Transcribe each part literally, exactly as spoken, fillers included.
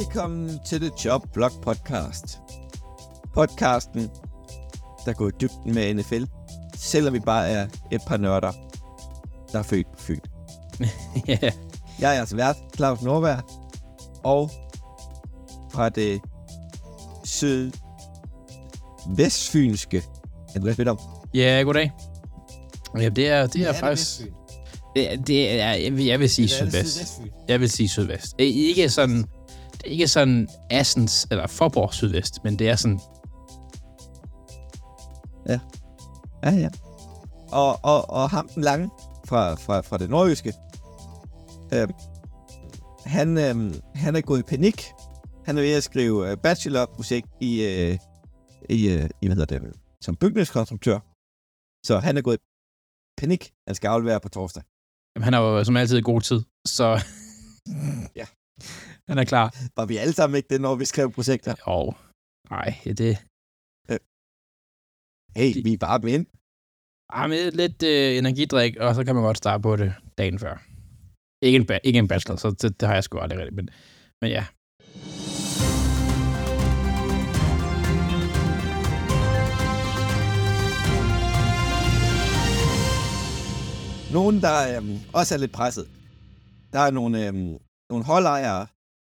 Velkommen til The Job Blog Podcast. Podcasten, der går i dybden med N F L, selvom vi bare er et par nørder, der er født på Fyn. Yeah. Jeg er jeres vært, Claus Norberg, og fra det syd-vestfynske, Andreas Bedom. Ja, goddag. Ja, det er, det er Ja, faktisk... det er Det er, det er, jeg, vil, jeg vil sige det er det sydvest. sydvestfyn. Jeg vil sige sydvest. Det er ikke sådan... Det er ikke sådan Assens eller Forborg sydvest, men det er sådan... Ja, ja. Og, og, og ham den lange fra, fra, fra det nordjyske, øh, han, øh, han er gået i panik. Han er ved at skrive øh, bachelorprojekt i, øh, i, øh, i, hvad hedder det, som bygningskonstruktør. Så han er gået i panik. Han skal aflevere på torsdag. Jamen, han er jo som altid i god tid, så... Ja. Han er klar. Var vi alle sammen ikke det, når vi skrev projekter? Jo, nej, det... Hey, vi er bare med ind. Ah, med lidt øh, energidrik, og så kan man godt starte på det dagen før. Ikke en, ba- ikke en bachelor, så det, det har jeg sgu aldrig rigtigt, men, men ja. Nogen, der øhm, også er lidt presset. Der er nogle, øhm, nogle holdejere,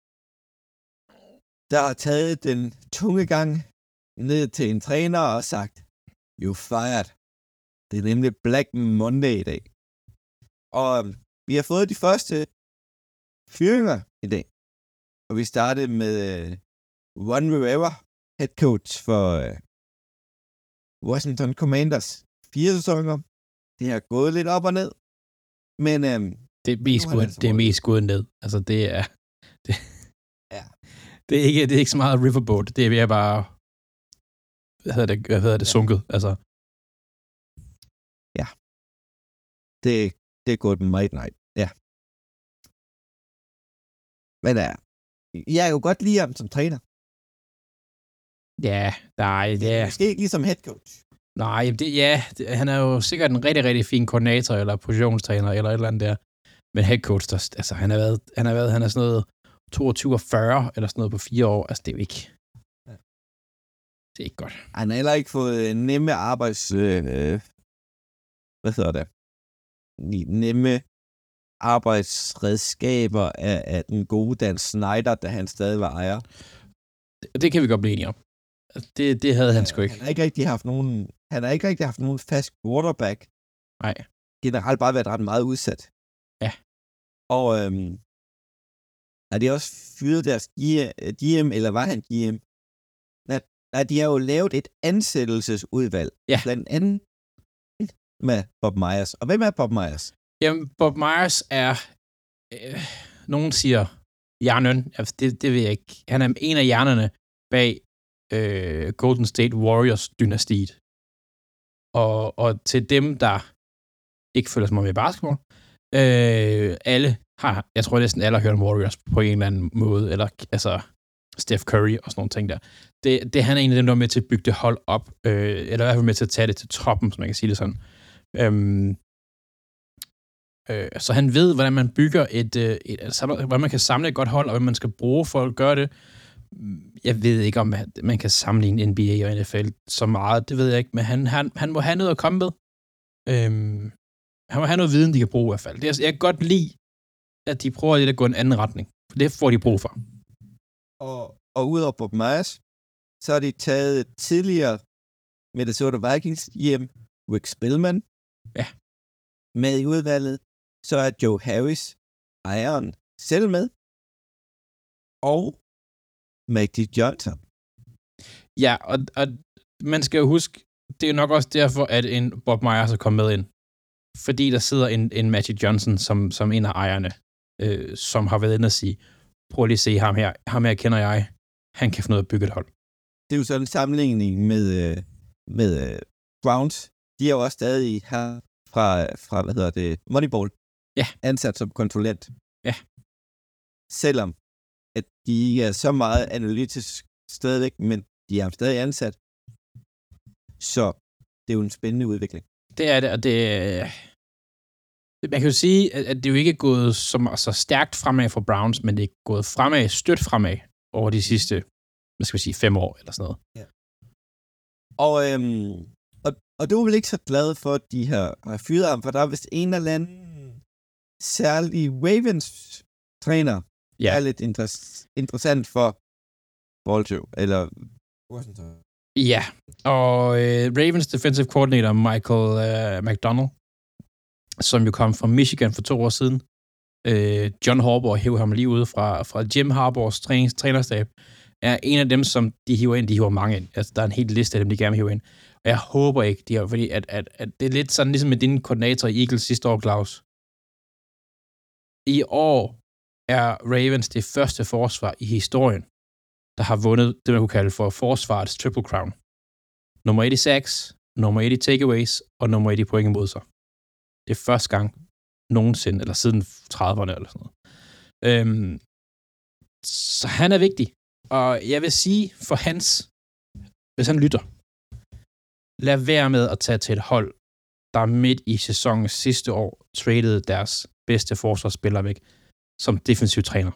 der har taget den tunge gang ned til en træner og sagt, you fired. Det er nemlig Black Monday i dag. Og øhm, vi har fået de første fyringer i dag. Og vi startede med øh, Ron Rivera, head coach for øh, Washington Commanders. Fire sæsoner. Det har gået lidt op og ned. Men øhm, Det er mest Nu har han gået, altså det er fået- mest gået ned. Altså, det er... Det, Ja. det, er ikke, det er ikke så meget riverboat. Det er mere bare... Hvad hedder det, hvad hedder det Ja. sunket? Altså, det, det er gået meget nej. Ja. Men ja, jeg kan jo godt lide ham som træner. ja, nej, det er... Måske ikke ligesom head coach. Nej, det, ja, det, han er jo sikkert en rigtig, rigtig fin koordinator, eller positionstræner, eller et eller andet der. Men head coach, der, altså, han har været, han har været, han er sådan noget toogtyve og fyrre, eller sådan noget på fire år. Altså, det er jo ikke... Ja. Det er ikke godt. Han har heller ikke fået nemme arbejds... Øh, hvad hedder det? Nemme arbejdsredskaber af, af den gode Dan Snyder, da han stadig var ejer. Det, det kan vi godt blive enige om. Altså, Det, det havde han sgu ikke. Han har ikke rigtig haft nogen, han har ikke rigtig haft nogen fast quarterback. Nej. Generelt bare været ret meget udsat. Ja. Og øhm, har de også fyret deres G M, eller var han G M? Nej, nej, de har jo lavet et ansættelsesudvalg. Ja. Blandt andet med Bob Myers. Og hvem er Bob Myers? Jamen, Bob Myers er... Øh, nogen siger hjernen. Altså, det, det ved jeg ikke. Han er en af hjernerne bag øh, Golden State Warriors-dynastiet. Og, og til dem, der ikke føler sig meget med basketball, øh, alle har... Jeg tror næsten alle har hørt om Warriors på en eller anden måde. Eller altså Steph Curry og sådan nogle ting der. Det, det han er en af dem, der er med til at bygge det hold op. Øh, eller i hvert fald med til at tage det til toppen, som man kan sige det sådan. Øhm, øh, så han ved, hvordan man bygger et, øh, et, et hvordan man kan samle et godt hold, og hvad man skal bruge for at gøre det. Jeg ved ikke, om man kan sammenligne N B A og N F L så meget, det ved jeg ikke, men han, han, han må have noget at komme med. Øhm, han må have noget viden, de kan bruge i hvert fald. Det er, jeg kan godt lide, at de prøver lidt at gå en anden retning, for det får de brug for. Og, og udover Bob Myers, så har de taget tidligere Minnesota Vikings hjem, Rick Spielman, Ja. med i udvalget. Så er Joe Harris, ejeren, selv med. Og Magic Johnson. Ja, og, og man skal jo huske, det er nok også derfor, at en Bob Myers er kommet med ind. Fordi der sidder en, en Magic Johnson, som, som en af ejerne, øh, som har været inde og sige, prøv lige at se ham her, ham her kender jeg, han kan finde ud af at bygge et hold. Det er jo sådan en sammenligning med, øh, med øh, Browns. De er jo også stadig her fra, fra hvad hedder det, Moneyball. Ja. Ansat som konsulent. Ja. Selvom at de ikke er så meget analytisk stadigvæk, men de er stadig ansat. Så det er jo en spændende udvikling. Det er det, og det, man kan jo sige, at det er jo ikke gået så, så stærkt fremad for Browns, men det er gået fremad, stødt fremad over de sidste, hvad skal vi sige, fem år eller sådan noget. Ja. Og, øhm, og, og du er vel ikke så glad for, at de har, har fyret ham, for der er vist en eller anden særlig Ravens-træner, Ja. er lidt interess- interessant for Baltimore, eller Washington. Ja, og øh, Ravens defensive coordinator Michael øh, McDonald, som jo kom fra Michigan for to år siden. Øh, John Harbaugh hævde ham lige ude fra, fra Jim Harbaughs trænings, trænerstab, er en af dem, som de hiver ind. De hiver mange ind. Altså, der er en hel liste af dem, de gerne vil hive ind. Og jeg håber ikke, de har, fordi at, at, at det er lidt sådan, ligesom med din koordinator i Eagles sidste år, Claus. I år er Ravens det første forsvar i historien, der har vundet det, man kunne kalde for forsvarets triple crown. Nummer et i sacks, nummer et i takeaways, og nummer et i point imod sig. Det er første gang nogensinde, eller siden trediverne eller sådan noget. Øhm, så han er vigtig. Og jeg vil sige for hans, hvis han lytter, lad være med at tage til et hold, der midt i sæsonens sidste år tradede deres bedste forsvarsspiller væk som defensiv træner.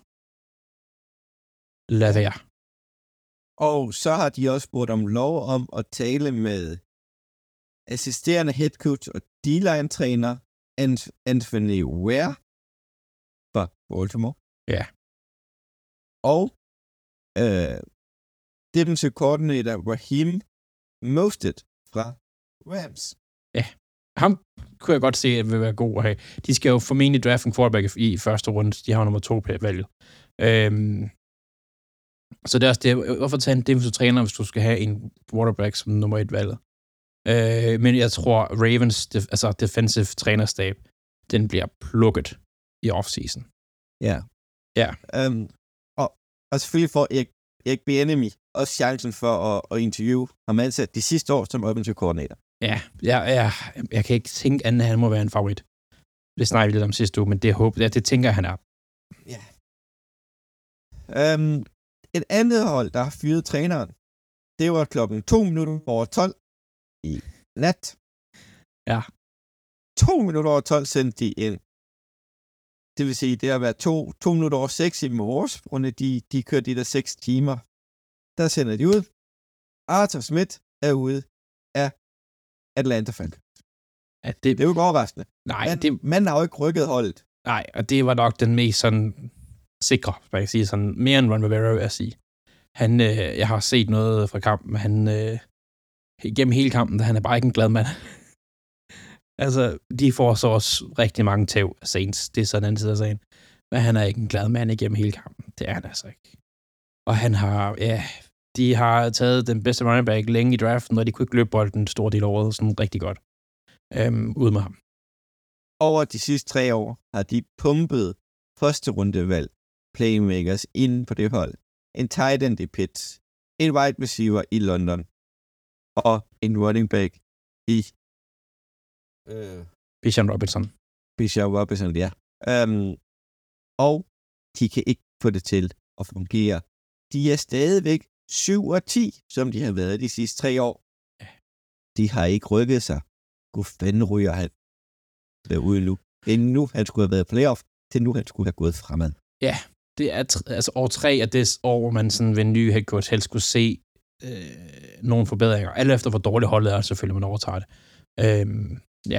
Lad være. Og så har de også spurgt om lov om at tale med assisterende head coach og D-line-træner Anthony Ware fra Baltimore. Ja. Og øh, defensive coordinator Raheem Mostert fra Rams. Ja. Ham kunne jeg godt se, at vil være god at have. De skal jo formentlig drafte en quarterback i første runde. De har nummer to valget. Øhm, så det er også det. Hvorfor tage en defensive træner, hvis du skal have en quarterback som nummer et valget? Øh, men jeg tror, Ravens, def- altså defensive trænerstab, den bliver plukket i offseason. Ja. Ja. Um, og, og selvfølgelig får Erik, Erik Bieniemy også chancen for at, at interviewe ham ansat de sidste år som offensive coordinator. Ja, jeg, jeg, jeg kan ikke tænke andet, at han må være en favorit. Det snakkede vi lidt om sidste uge, men det, håber, ja, det tænker jeg, han er. Ja. Um, et andet hold, der har fyret træneren, det var klokken to minutter over tolv i nat. Ja. To minutter over tolv sendte de ind. Det vil sige, det har været to, to minutter over seks i morges, rundt de, de kørte de der seks timer. Der sender de ud. Arthur Smith er ude af Atlanta Falcons. Ja, det, det er jo ikke overraskende. Nej, Man, det... man har jo ikke rykket holdet. Nej, og det var nok den mest sådan sikre, man kan sige, sådan mere end Ron Rivera, vil jeg sige. Han, øh, jeg har set noget fra kampen, han øh, gennem hele kampen, han er bare ikke en glad mand. Altså, de får så også rigtig mange tæv af Saints, det er sådan en anden side af sagen. Men han er ikke en glad mand igennem hele kampen, det er han altså ikke. Og han har, ja, de har taget den bedste running back længe i draften, og de kunne ikke løbe bolden en stor del af året, sådan rigtig godt, øhm, ud med ham. Over de sidste tre år har de pumpet første rundevalg playmakers ind på det hold. En tight end i Pitts, en wide receiver i London, og en running back i øh. Bijan Robinson. Bijan Robinson, ja. Um, og de kan ikke få det til at fungere. De er stadigvæk syv og ti, som de har været de sidste tre år. De har ikke rykket sig. Gud fanden ryger han derude nu. Inden nu, han skulle have været playoff, til nu, han skulle have gået fremad. Ja, det er t- altså år tre af det år, hvor man sådan ved en ny head coach helst skulle se øh, nogle forbedringer. Alt efter, hvor dårligt holdet er, selvfølgelig, man overtager det. Øhm, ja.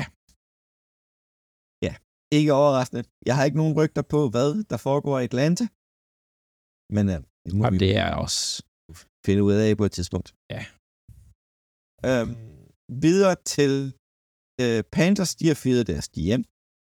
Ja, ikke overraskende. Jeg har ikke nogen rygter på, hvad der foregår i Atlanta. Men øh, det må Jamen, vi det er også finde ud af på et tidspunkt. Ja. Øhm, videre til øh, Panthers, de har fyret deres D M.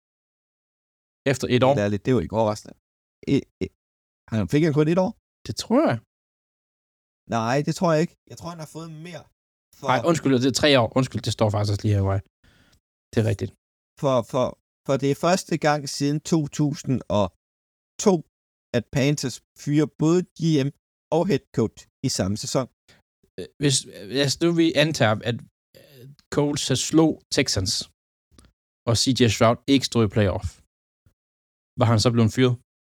Efter et år? Det, er lidt, det er jo ikke overraskende. E, e, han fik han kun et år? Det tror jeg. Nej, det tror jeg ikke. Jeg tror, han har fået mere. For... Nej, undskyld, det er tre år. Undskyld, det står faktisk lige her. Det er rigtigt. For, for, for det er første gang siden to tusind og to, at Panthers fyrer både G M og head coach i samme sæson. Hvis, hvis nu vi antager, at Colts slog Texans, og C J Stroud ikke stod i playoff, var han så blevet fyret?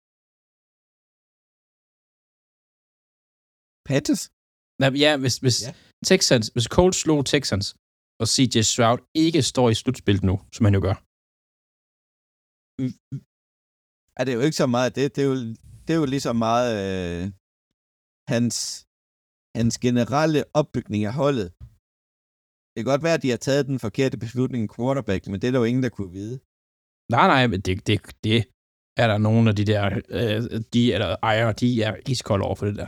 Panthers? Nej, ja, hvis, hvis ja. Texans, hvis Colts slog Texans, og C J Stroud ikke står i slutspillet nu, som han jo gør. Er det jo ikke så meget, det, det, er, jo, det er jo lige så meget, øh, hans, hans generelle opbygning af holdet. Det kan godt være, at de har taget den forkerte beslutning i quarterback, men det er der jo ingen, der kunne vide. Nej, nej, men det, det, det er der nogle af de der, øh, de eller ejere, de er iskolde over for det der.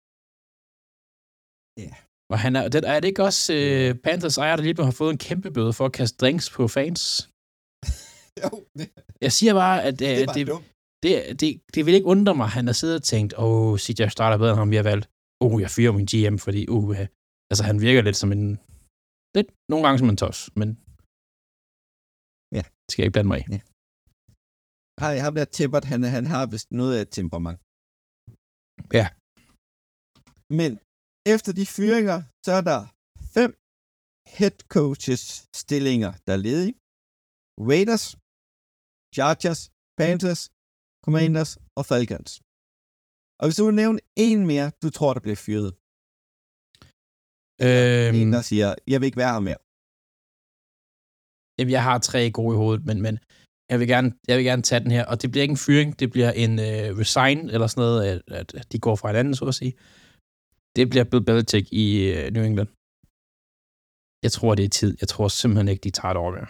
Ja. Yeah. Og han er, det, er det ikke også øh, Panthers ejer, der lige har fået en kæmpe bøde for at kaste drinks på fans? Jo. Det, jeg siger bare, at øh, det, det, det, det, det vil ikke undre mig, han har siddet og tænkt, åh, oh, C J starter bedre end ham, vi har valgt. Åh, oh, jeg fyrer min G M, fordi uh, altså, han virker lidt som en, lidt, nogle gange som en tos, men ja, det skal jeg ikke blande mig i. Ja. Hej, ham der Tippert, han, han har vist noget af et temperament. Ja. Men efter de fyringer, så er der fem head coaches stillinger, der er ledige. Raiders, Chargers, Panthers, Commanders og Falcons. Og hvis du vil nævne en mere, du tror, der bliver fyret. Øhm, en, der siger, jeg vil ikke være her mere. Jamen, jeg har tre gode i hovedet, men, men jeg, vil gerne, jeg vil gerne tage den her. Og det bliver ikke en fyring, det bliver en uh, resign, eller sådan noget, at, at de går fra en anden, så at sige. Det bliver Bill Belichick i uh, New England. Jeg tror, det er tid. Jeg tror simpelthen ikke, de tager det over mere.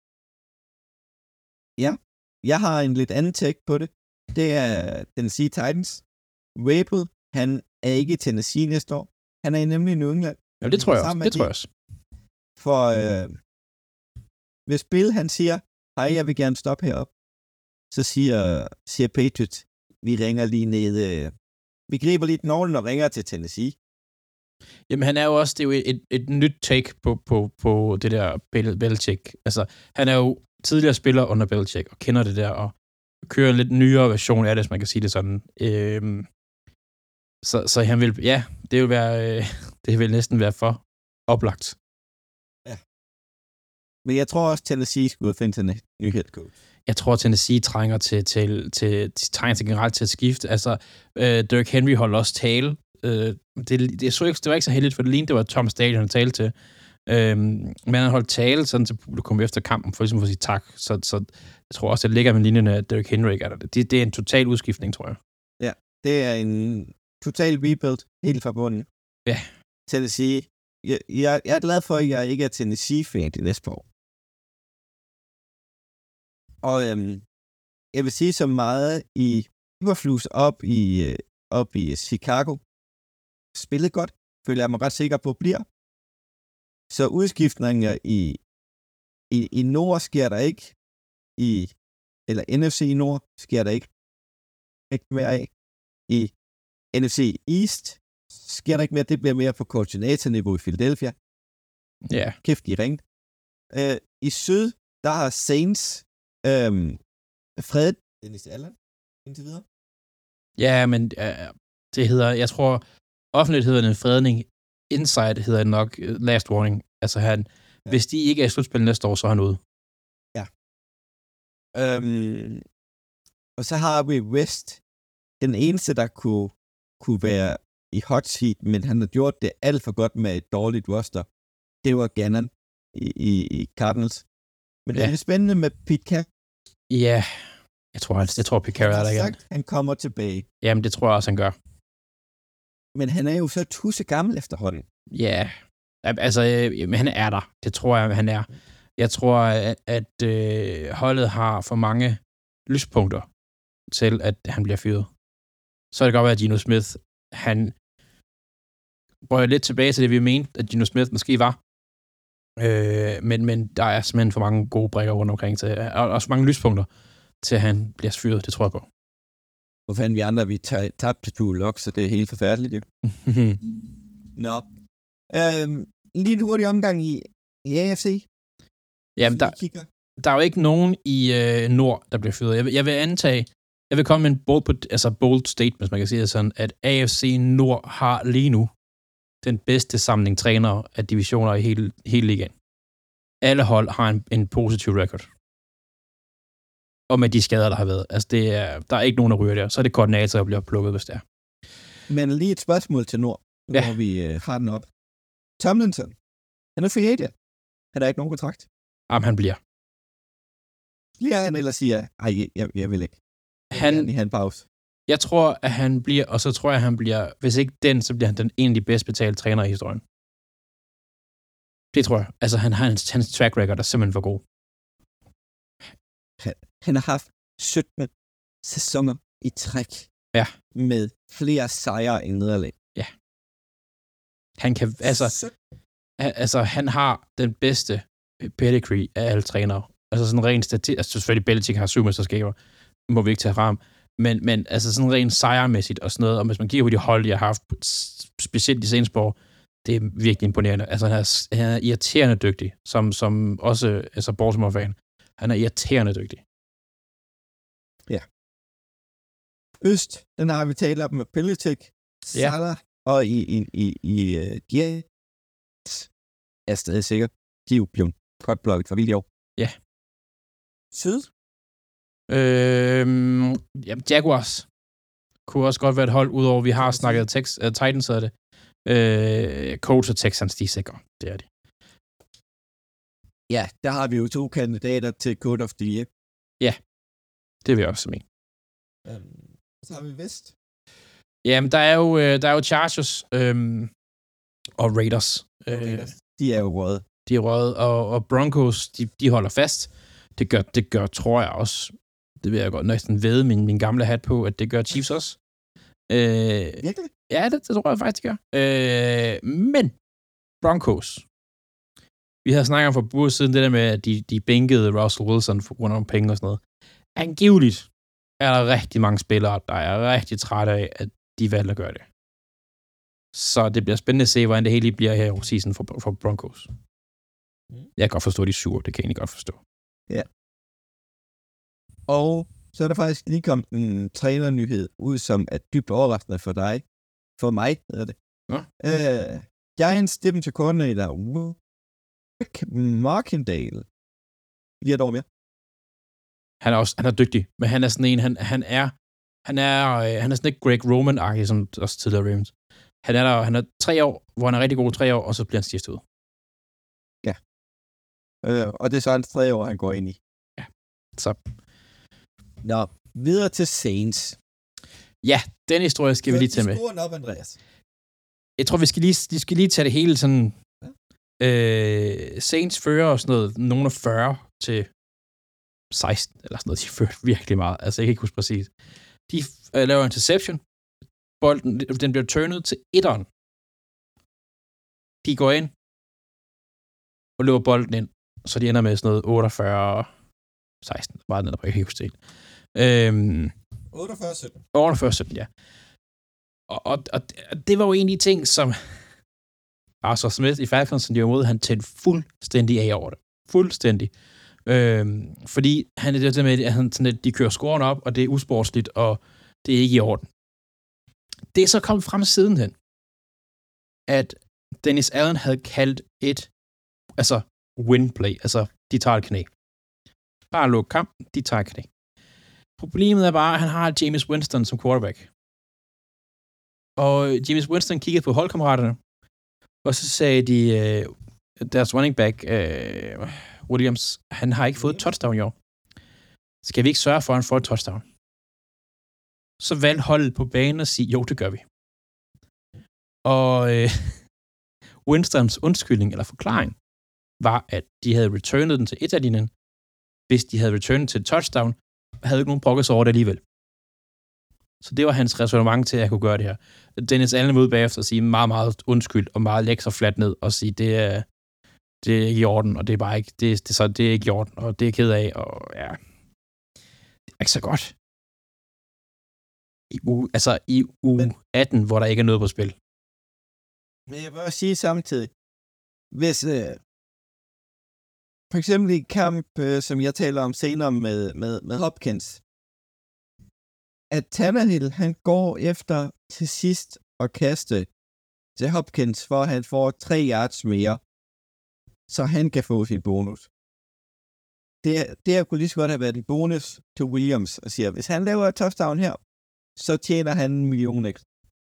Ja, jeg har en lidt anden take på det. Det er Tennessee Titans. Vrabel, han er ikke i Tennessee næste år. Han er nemlig i New England. Ja, det tror jeg også. Det tror jeg også. For øh, hvis Bill, han siger, hej, jeg vil gerne stoppe heroppe, så siger, siger Patriots, vi ringer lige ned, øh, vi griber lige knoglen og ringer til Tennessee. Jamen, han er jo også, det er jo et, et nyt take på, på, på det der Belichick. Altså, han er jo tidligere spiller under Belichick, og kender det der, og kører en lidt nyere version af det, hvis man kan sige det sådan. Øhm, så, så han vil, ja, det vil være, øh, det vil næsten være for oplagt. Ja. Men jeg tror også, Tennessee skulle finde til en ny head coach. Jeg tror, Tennessee trænger til, til, til, til, trænger til generelt til at skifte. Altså, øh, Derrick Henry holdt også tale. Øh, det, det, så ikke, det var ikke så heldigt, for det lignede, det var Tom Stadion, han talte til. Øhm, men han holdt tale sådan til publikum efter kampen, for ligesom at sige tak. Så, så jeg tror også, det ligger med linjen af Derrick Henry. Er der. Det, det er en total udskiftning, tror jeg. Ja, det er en total rebuild, helt fra bunden. Ja. Tennessee. Jeg, jeg, jeg er glad for, at jeg ikke er Tennessee-fan i næste år. Og øhm, jeg vil sige så meget i Eberflus op i, øh, op i Chicago. Spillet godt, føler jeg mig ret sikker på, bliver. Så udskiftninger i, i, i Nord sker der ikke. I, eller N F C i Nord sker der ikke. Ikke mere af. I N F C East sker der ikke mere. Det bliver mere på koordinatorniveau i Philadelphia. Ja. Yeah. Kæft, de ringt. Øh, I Syd, der har Saints øhm, Fred Dennis Allen indtil videre. Ja, men øh, det hedder, jeg tror, offentligt hedder det en fredning. Inside hedder det nok last warning. Altså han, ja. Hvis de ikke er i slutspil næste år, så er han ude. Ja. Øhm, og så har vi West. Den eneste, der kunne, kunne være i hot seat, men han har gjort det alt for godt med et dårligt roster. Det var Gannon i, i, i Cardinals. Men ja. Det er spændende med Pete Carroll. Ja, jeg tror, jeg, jeg tror Pete Carroll er der igen. Han kommer tilbage. Jamen, det tror jeg også, han gør. Men han er jo så tusse gammel efterhånden. Ja, altså, øh, han er der. Det tror jeg, han er. Jeg tror, at, at øh, holdet har for mange lyspunkter til, at han bliver fyret. Så kan det godt være, at Geno Smith, han rører lidt tilbage til det, vi mente, at Geno Smith måske var. Øh, men, men der er simpelthen for mange gode brækker rundt omkring til, og også mange lyspunkter til, at han bliver fyret. Det tror jeg på. Hvor fanden vi andre, vi tabte til Drew Lock, så det er helt forfærdeligt. Jo. Nå. Øhm, lige en hurtig omgang i, i A F C. Jamen, der, der er jo ikke nogen i øh, Nord, der bliver fyret. Jeg vil, jeg vil antage, jeg vil komme med en bold, altså bold statement, hvis man kan sige det sådan, at A F C Nord har lige nu den bedste samling trænere af divisioner i hele, hele ligaen. Alle hold har en, en positiv record. Og med de skader, der har været. Altså, det er, der er ikke nogen, der ryger der. Så er det koordinator, der bliver plukket, hvis det er. Men lige et spørgsmål til Nord, ja. Hvor vi øh, har den op. Tomlinson, han er free agent. Han har ikke nogen kontrakt. Jamen, han bliver. Bliver han, eller siger, ej, jeg, jeg vil ikke. Jeg han, vil have en pause. Jeg tror, at han bliver, og så tror jeg, at han bliver, hvis ikke den, så bliver han den en af de bedst betalte træner i historien. Det tror jeg. Altså, han har hans, hans track record, der er simpelthen for god. Han, han har haft sytten sæsoner i træk. Ja. Med flere sejre end nederlag. Ja. Han kan, altså, han, altså, han har den bedste pedigree af alle trænere. Altså sådan rent statistisk, altså selvfølgelig Belichick har syv mesterskaber, må vi ikke tage frem, men, men altså sådan rent sejrmæssigt og sådan noget, og hvis man kigger på de hold, de har haft, specielt de seneste år, det er virkelig imponerende. Altså han er, han er irriterende dygtig, som, som også, altså Baltimore-fan, han er irriterende dygtig. Ja. Øst, den har vi talt om med Belichick, ja. Salah, og i, i, i, i uh, de er stadig sikker. De er jo blevet potblokket for vildt i år. Ja. Syd? Øhm, jamen, Jaguars kunne også godt være et hold, udover vi har snakket Tex, uh, Titans, er det. Øh, Colts og Texans, de er sikre. Det er de. Ja, der har vi jo to kandidater til Code of the Year. Ja, det vil jeg også mene. Um, så har vi Vest. Jamen, der er jo, der er jo Chargers øhm, og Raiders. Raiders. De er jo røde. De er røde, og, og Broncos, de, de holder fast. Det gør, det gør, tror jeg også, det vil jeg godt næsten væde min, min gamle hat på, at det gør Chiefs også. Øh, Virkelig? Ja, det, det tror jeg faktisk, de gør. Øh, men Broncos. Vi har snakket om for burde siden det der med, at de, de bænkede Russell Wilson for grund af penge og sådan noget. Angiveligt er der rigtig mange spillere, der er rigtig trætte af, at de valgte at gøre det. Så det bliver spændende at se, hvordan det hele bliver her i season for, for Broncos. Jeg kan godt forstå, at de er sure. Det kan jeg egentlig godt forstå. Ja. Og så er der faktisk lige kommet en trænernyhed ud, som er dybt overraskende for dig. For mig, hedder det. Ja. Øh, Giants defensive coordinator, Rick Markendale. Lige et år mere. Han er også han er dygtig, men han er sådan en, han, han er han er, øh, han er sådan ikke Greg Roman-agtig, som også tidligere Ravens. Han er der, han er tre år, hvor han er rigtig god tre år, og så bliver han skiftet ud. Ja. Øh, og det er så hans tre år, han går ind i. Ja, så. Nå, videre til Saints. Ja, den historie skal vi lige tage med. Skoren op, Andreas. Jeg tror, vi skal lige, vi skal lige tage det hele sådan. Ja. Øh, Saints fører og sådan noget, nogen af fyrre til seksten, eller sådan noget. De fører virkelig meget. Altså, jeg kan ikke huske præcis. De øh, laver en interception. Bolden, den bliver turnet til etteren. De går ind og løber bolden ind, så de ender med sådan noget otteogfyrre seksten. Var den der på, jeg kan ikke huske det. Øhm, otteogfyrre sytten. otteogfyrre sytten, ja. Og, og, og det var jo en af de ting, som Arthur Smith i Falcons, som de var imod, han tændte fuldstændig af over det. Fuldstændig. Øhm, fordi han er det med, at han, sådan, at de kører scoren op, og det er usportsligt, og det er ikke i orden. Det er så kommet frem sidenhen, at Dennis Allen havde kaldt et, altså win-play, altså de tager et knæ. Bare luk kamp, de tager et knæ. Problemet er bare, at han har Jameis Winston som quarterback. Og Jameis Winston kiggede på holdkammeraterne, og så sagde de, øh, deres running back, øh, Williams, han har ikke fået et touchdown i år. Skal vi ikke sørge for, at han får et touchdown? Så valgte holdet på banen og sige, jo, det gør vi. Og øh, Winstons undskyldning eller forklaring var, at de havde returnet den til et-linjen. Hvis de havde returnet til et touchdown, havde ikke nogen brokkes over det alligevel. Så det var hans resonemang til, at jeg kunne gøre det her. Dennis Allen ude bagefter og sige meget, meget undskyld og meget lægge sig fladt ned og sige, det er, det er ikke i orden, og det er bare ikke, det, det, så det er ikke i orden, og det er ked af, og ja, det er ikke så godt. I uge, altså i uge atten, hvor der ikke er noget på spil. Men jeg vil også sige samtidig, hvis øh, for eksempel i kamp, øh, som jeg taler om senere med, med, med Hopkins, at Tannehill, han går efter til sidst at kaste til Hopkins, for at han får tre yards mere, så han kan få sin bonus. Det, det her kunne lige så godt have været en bonus til Williams, og siger, hvis han laver et touchdown her, så tjener han en million ekstra.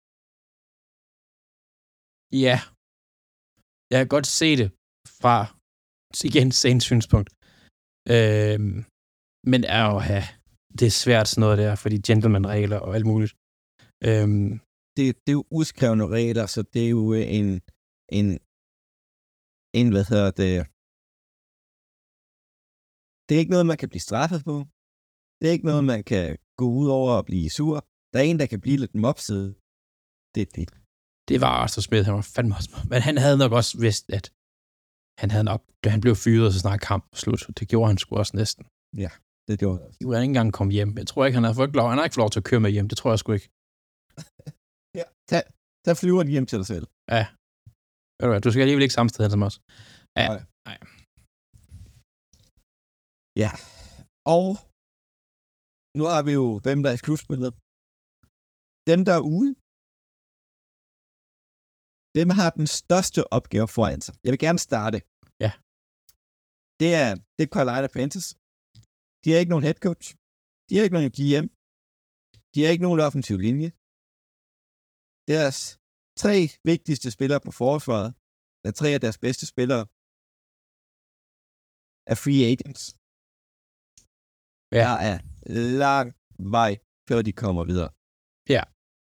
Ja. Jeg kan godt se det fra, igen, Saints synspunkt. Øhm, men er jo at have det er svært sådan noget der, fordi gentleman-regler og alt muligt. Øhm, det, det er jo uskrevne regler, så det er jo en, en, en hvad hedder det, det er ikke noget, man kan blive straffet på. Det er ikke noget, man kan gå ud over og blive sur. Der er en, der kan blive lidt mopset. Det er det. Det var Arthur Smith, han var fandme også. Men han havde nok også vidst, at han havde nok, da han blev fyret, så snart kamp slut. Det gjorde han sgu også næsten. Ja, det gjorde han. Han kunne ikke engang komme hjem. Jeg tror ikke, han har fået lov. Han har ikke fået lov til at køre med hjem. Det tror jeg sgu ikke. Ja, tag, tag flyveren hjem til dig selv. Ja. Du skal alligevel ikke samme sted som os. Ja. Nej. Nej. Ja. Og nu har vi jo hvem der er i slutspillet. Dem, der er ude, dem har den største opgave foran sig. Jeg vil gerne starte. Ja. Det er, det er Carolina Panthers. De har ikke nogen head coach. De har ikke nogen G M. De har ikke nogen offensiv linje. Deres tre vigtigste spillere på forsvaret, der er tre af deres bedste spillere, er free agents. Ja. Der er lang vej, før de kommer videre. Ja.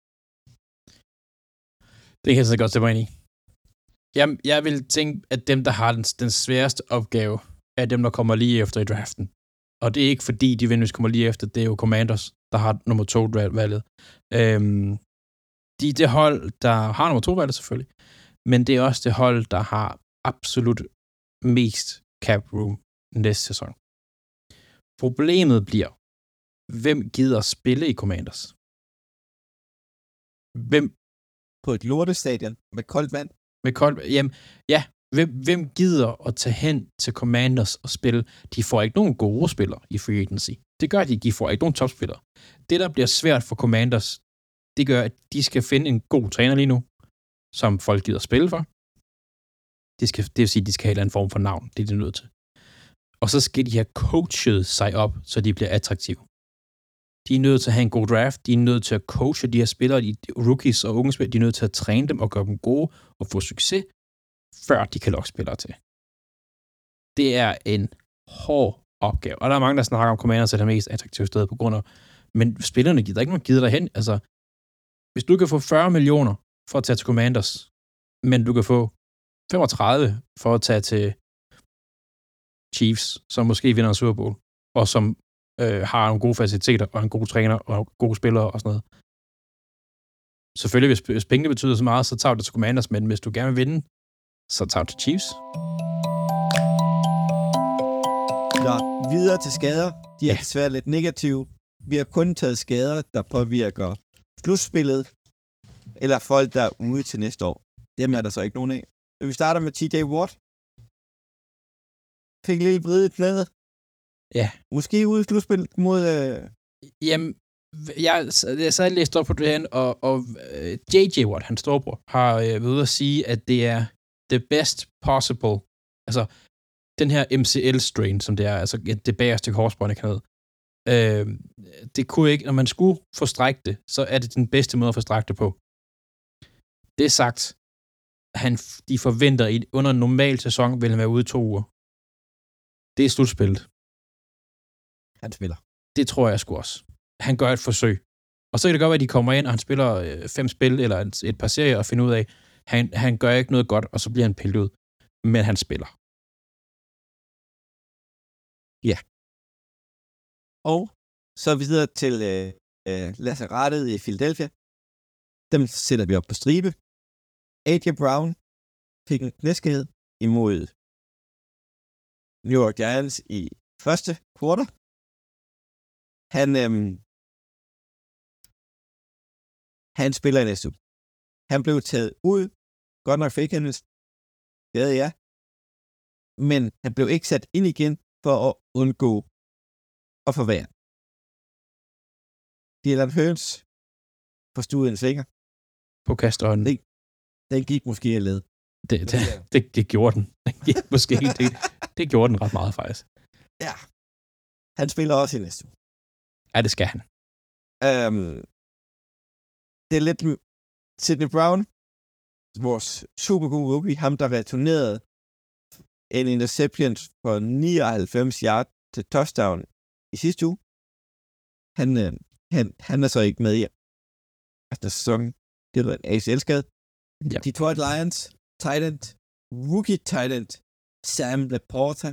Det kan jeg så godt se mig ind i. Jeg, jeg vil tænke, at dem, der har den, den sværeste opgave, er dem, der kommer lige efter i draften. Og det er ikke fordi, de venligvis kommer lige efter. Det er jo Commanders, der har nummer to valget. Øhm, de er det hold, der har nummer to valget selvfølgelig. Men det er også det hold, der har absolut mest cap room næste sæson. Problemet bliver, hvem gider spille i Commanders? Hvem? På et lortestadion med koldt vand? Med koldt jamen, ja, hvem, hvem gider at tage hen til Commanders og spille? De får ikke nogen gode spillere i free agency. Det gør de, de får ikke nogen topspillere. Det, der bliver svært for Commanders, det gør, at de skal finde en god træner lige nu, som folk gider spille for. De skal, det vil sige, at de skal have en eller anden form for navn. Det er de nødt til. Og så skal de have coachet sig op, så de bliver attraktive. De er nødt til at have en god draft. De er nødt til at coache de her spillere, de rookies og unge spillere. De er nødt til at træne dem og gøre dem gode og få succes, før de kan lokke spillere til. Det er en hård opgave. Og der er mange, der snakker om Commanders er det mest attraktive sted på grund af, men spillerne gider ikke nogen gider derhen. Altså, hvis du kan få fyrre millioner for at tage til Commanders, men du kan få femogtredive for at tage til Chiefs, som måske vinder en Super Bowl, og som øh, har nogle gode faciliteter, og en god træner, og gode spillere, og sådan noget. Selvfølgelig, hvis, hvis pengene betyder så meget, så tager du til Commanders, men hvis du gerne vil vinde, så tager du til Chiefs. Nå, videre til skader. De er ja. desværre lidt negative. Vi har kun taget skader, der påvirker slutspillet, eller folk, der er ude til næste år. Dem er der så ikke nogen af. Vi starter med T J Watt. Fik en lille vridet plade. Ja. Måske ude i slutspillet mod... Øh... Jamen, jeg, jeg så læst op på det her, og, og uh, J J Watt, hans storebror, har øh, været ude at sige, at det er the best possible, altså den her M C L-strain, som det er, altså det bagerste korsbånd, jeg kan noget. Øh, det kunne ikke, når man skulle få strækt det, så er det den bedste måde at få strækt det på. Det er sagt, han, de forventer, at under en normal sæson vil han være ude i to uger. Det er slutspillet. Han spiller. Det tror jeg sgu også. Han gør et forsøg. Og så kan det godt være, at de kommer ind, og han spiller øh, fem spil, eller et, et par serier, og finder ud af, han, han gør ikke noget godt, og så bliver han pillet ud. Men han spiller. Ja. Og så videre til øh, øh, lazarettet i Philadelphia. Dem sætter vi op på stribe. A J Brown fik en knæskade imod New York Giants i første kvartal. Han, øhm, han spiller i næste uge. Han blev taget ud. Godt nok fik han det. Ja, ja. Men han blev ikke sat ind igen for at undgå at forværre. Dylan Hearns forstod en finger. På kasteren. Den, den gik måske i led. Det, det, det, det gjorde den. måske det, det gjorde den ret meget, faktisk. Ja. Han spiller også i næste uge. Ja, det skal han. Um, det er lidt Sidney Brown, vores super gode rookie, ham der returnerede en interception for nioghalvfems yard til touchdown i sidste uge. han, øh, han, han er så ikke med i efter sæsonen. Det var en A C L-skade. Ja. Detroit Lions, tight end, rookie tight end, Sam Laporta.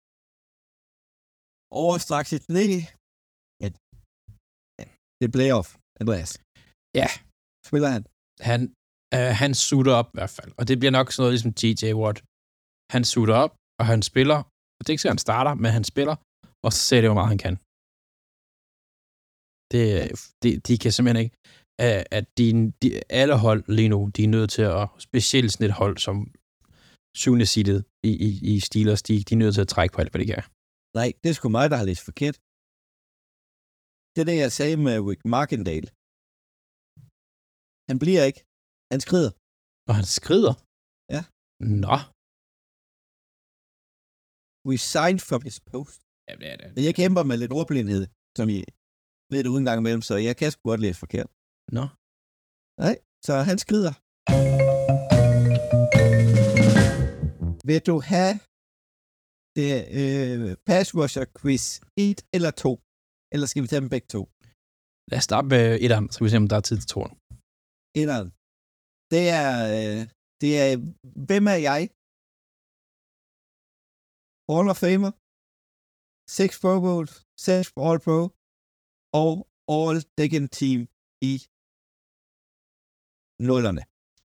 Overstraks et knæ. Ja, det er playoff, Andreas. Ja. Spiller han? Han, øh, han suiter op i hvert fald, og det bliver nok sådan noget ligesom J J Watt. Han suiter op, og han spiller, og det er ikke så, han starter, men han spiller, og så ser det, hvor meget han kan. Det, det, de kan simpelthen ikke, at de, de, alle hold lige nu, de er nødt til at, specielt sådan et hold som syvende seedet i, i, i Steelers, de, de er nødt til at trække på alt, hvad de kan. Nej, det er sgu mig, der har læst forkert. Det er det, jeg sagde med Rick Markendale. Han bliver ikke. Han skrider. Og han skrider? Ja. Nå. Resigned from his post. Ja, det er det. Jeg kæmper med lidt ordblindhed, som I ved det uden gang imellem, så jeg kan sgu godt læse forkert. Nå. Nej, så han skrider. Vil du have det øh, pass rusher quiz et eller to? Eller skal vi tage dem begge to? Lad os starte med et andet, så vi se, om der er tid til toren. Et eller andet. Det er, øh, det er, hvem er jeg? Hall of Famer, seks Pro Bowls, seks All Pro, og All Deccan Team i nullerne.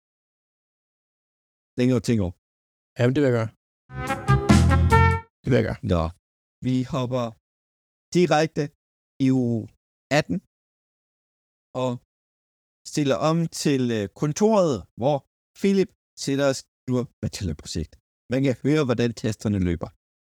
Længere ting over. Jamen, det vil jeg gøre. Det vil jeg gøre. Nå, vi hopper direkte i uge atten og stiller om til kontoret, hvor Philip sætter os nu bachelorprojekt. Man kan høre, hvordan testerne løber.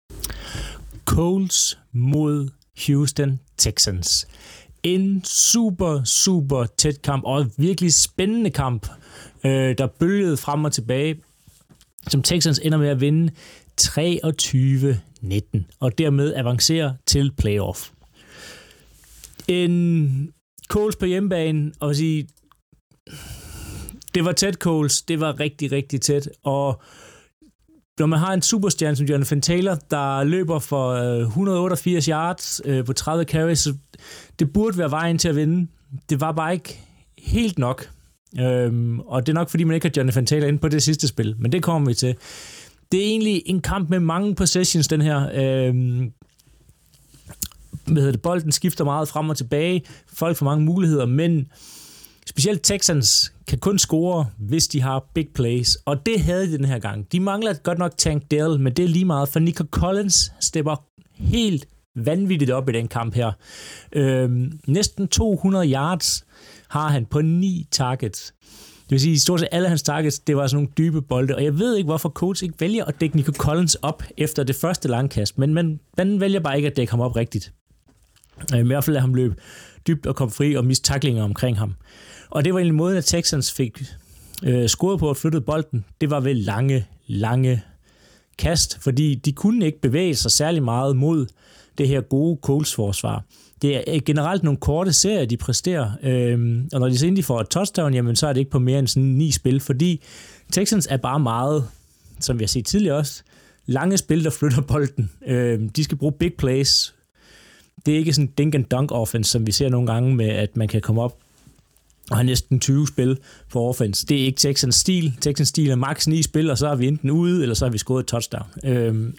Colts mod Houston Texans. En super, super tæt kamp, og en virkelig spændende kamp, øh, der bølgede frem og tilbage, som Texans ender med at vinde treogtyve nitten, og dermed avancerer til playoff. En Colts på hjemmebane, og sige, det var tæt Colts, det var rigtig, rigtig tæt, og når man har en superstjerne som Jonathan Taylor, der løber for et hundrede og otteogfirs yards øh, på tredive carries, så det burde være vejen til at vinde. Det var bare ikke helt nok. Øhm, og det er nok, fordi man ikke har Jonathan Taylor inde på det sidste spil, men det kommer vi til. Det er egentlig en kamp med mange possessions, den her. Øhm, hvad hedder det? Bolden skifter meget frem og tilbage. Folk får mange muligheder, men specielt Texans kan kun score, hvis de har big plays, og det havde de den her gang. De mangler godt nok Tank Dell, men det er lige meget, for Nico Collins stepper helt vanvittigt op i den kamp her. Øhm, næsten to hundrede yards har han på ni targets. Det vil sige, at stort set alle hans targets, det var sådan nogle dybe bolde, og jeg ved ikke, hvorfor coach ikke vælger at dække Nico Collins op efter det første langkast, men man, man vælger bare ikke at dække ham op rigtigt. Øhm, I hvert fald lade ham løbe dybt og komme fri og miste tacklinger omkring ham. Og det var egentlig måden, at Texans fik øh, scoret på at flytte bolden. Det var ved lange, lange kast, fordi de kunne ikke bevæge sig særlig meget mod det her gode Colts-forsvar. Det er generelt nogle korte serier, de præsterer, øh, og når de så endelig får et touchdown, jamen, så er det ikke på mere end sådan ni spil, fordi Texans er bare meget, som vi har set tidligere også, lange spil, der flytter bolden. Øh, de skal bruge big plays. Det er ikke sådan en dink and dunk offense, som vi ser nogle gange med, at man kan komme op og har næsten tyve spil på offense. Det er ikke Texans stil. Texans stil er max ni spil, og så er vi enten ude, eller så har vi scoret et touchdown. Øhm.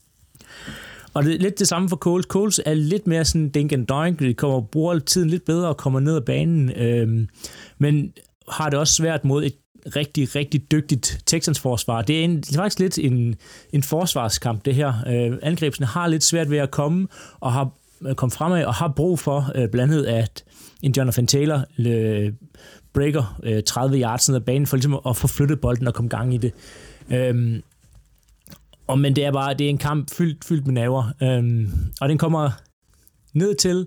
Og det er lidt det samme for Colts. Colts er lidt mere sådan dink and dunk. De kommer og bruger tiden lidt bedre og kommer ned ad banen. Øhm. Men har det også svært mod et rigtig, rigtig dygtigt Texans forsvar. Det er, en, det er faktisk lidt en, en forsvarskamp, det her. Øh, angrebsene har lidt svært ved at komme og har komme fremad og har brug for øh, blandt andet, at en Jonathan Taylor øh, breaker øh, tredive yards ned ad banen for ligesom at få flyttet bolden og komme gang i det. Øhm, og men det er bare det er en kamp fyldt, fyldt med naver. Øhm, og den kommer ned til,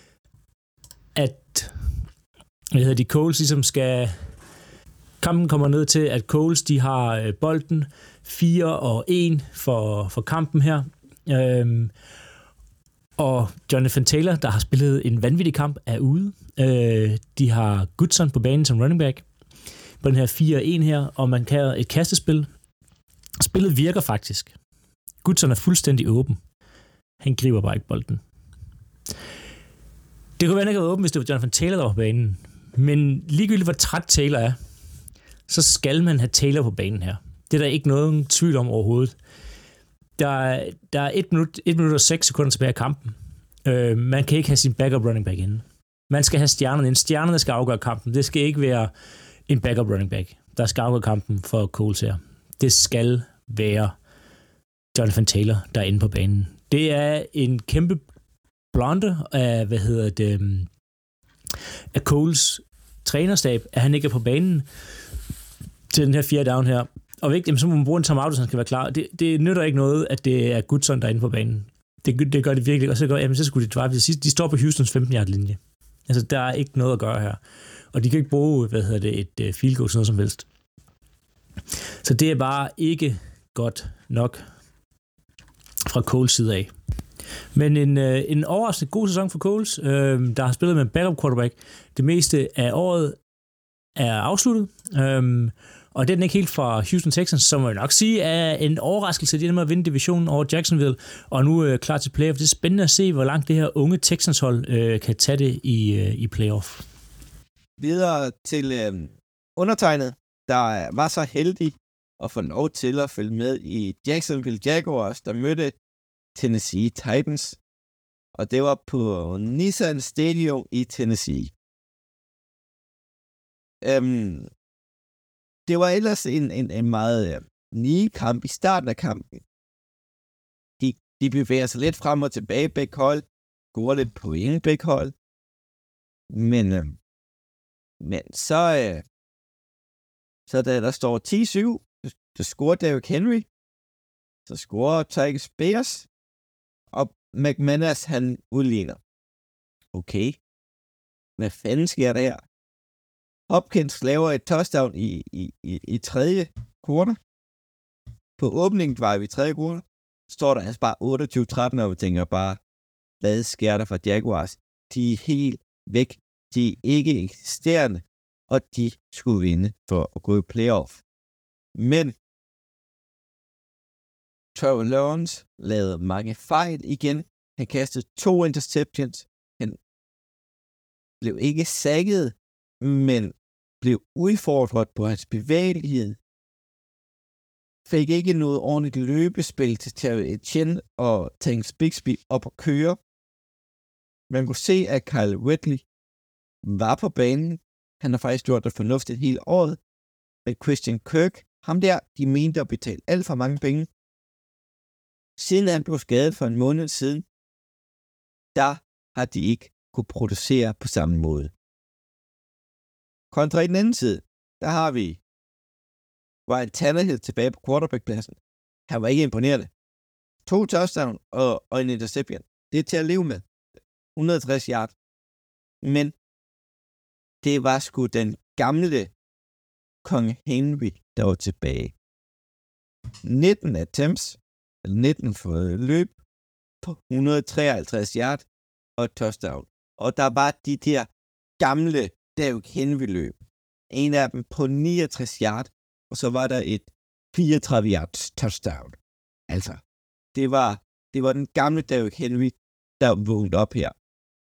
at hvad hedder de, Colts ligesom skal... Kampen kommer ned til, at Colts de har øh, bolden fire og en for, for kampen her. Øhm, Og Jonathan Taylor, der har spillet en vanvittig kamp, er ude. Øh, de har Goodson på banen som running back på den her fire en her, og man kan et kastespil. Spillet virker faktisk. Goodson er fuldstændig åben. Han griber bare ikke bolden. Det kunne være, at ikke være åbent, hvis det var Jonathan Taylor, der var på banen. Men ligegyldigt, hvor træt Taylor er, så skal man have Taylor på banen her. Det er der ikke nogen tvivl om overhovedet. Der er, der er et minut, et minut og seks sekunder tilbage af kampen. Øh, man kan ikke have sin backup running back inde. Man skal have stjernerne ind. Stjernerne skal afgøre kampen. Det skal ikke være en backup running back, der skal afgøre kampen for Coles her. Det skal være Jonathan Taylor, der er inde på banen. Det er en kæmpe blonde af, hvad hedder det, af Coles trænerstab, at han ikke er på banen til den her fjerde down her. Og vigtigt, så må man bruge en timeout, så han skal være klar. Det, det nytter ikke noget, at det er Goodson, der er inde på banen. Det, det gør det virkelig. Og så, gør, jamen, så skulle de drive det sidste. De står på Houstons femten-yard linje. Altså, der er ikke noget at gøre her. Og de kan ikke bruge, hvad hedder det, et uh, field goal, sådan noget som helst. Så det er bare ikke godt nok fra Coles side af. Men en, øh, en overraskende god sæson for Coles, øh, der har spillet med en backup quarterback. Det meste af året er afsluttet. Øh, og det er den ikke helt fra Houston Texans, som jeg nok sige er en overraskelse. De er med at vinde divisionen over Jacksonville, og nu er øh, klar til playoff. Det er spændende at se, hvor langt det her unge Texans-hold øh, kan tage det i, øh, i playoff. Videre til øh, undertegnet, der var så heldig at få lov til at følge med i Jacksonville Jaguars, der mødte Tennessee Titans, og det var på Nissan Stadium i Tennessee. Øhm, det var ellers en, en, en meget øh, lige kamp i starten af kampen. De, de bevæger sig lidt frem og tilbage begge hold, går lidt point begge hold, men, øh, men så, øh, så da der står ti syv, så scorer Derrick Henry, så scorer Tyus Spears, og McManus, han udligner. Okay. Hvad fanden sker der her? Hopkins laver et touchdown i, i, i, i tredje kvartal. På åbningen var vi i tredje kvartal. Står der altså bare otteogtyve tretten, og vi tænker bare, hvad sker der for Jaguars? De er helt væk. De er ikke eksisterende, og de skulle vinde for at gå i playoff. Men Trevor Lawrence lavede mange fejl igen. Han kastede to interceptions. Han blev ikke sacket, men blev udfordret på hans bevægelighed. Fik ikke noget ordentligt løbespil til Terry Etienne og Tank Bigsby op at køre. Man kunne se, at Kyle Whitley var på banen. Han har faktisk gjort det fornuftigt hele året. Men Christian Kirk, ham der, de mente at betale alt for mange penge. Siden han blev skadet for en måned siden, der har de ikke kunne producere på samme måde. Kontra i den anden side, der har vi Ryan Tannehill tilbage på quarterbackpladsen. Han var ikke imponerende. To touchdown og, og en interception. Det er til at leve med. et hundrede og tres yard. Men det var sgu den gamle Kong Henry, der var tilbage. nitten attempts, eller nitten for løb på et hundrede og treoghalvtreds yard og et touchdown. Og der var de der gamle Derrick Henry løb. En af dem på niogtres yard, og så var der et fireogtredive yards touchdown. Altså, det var, det var den gamle Derrick Henry, der vågnede op her.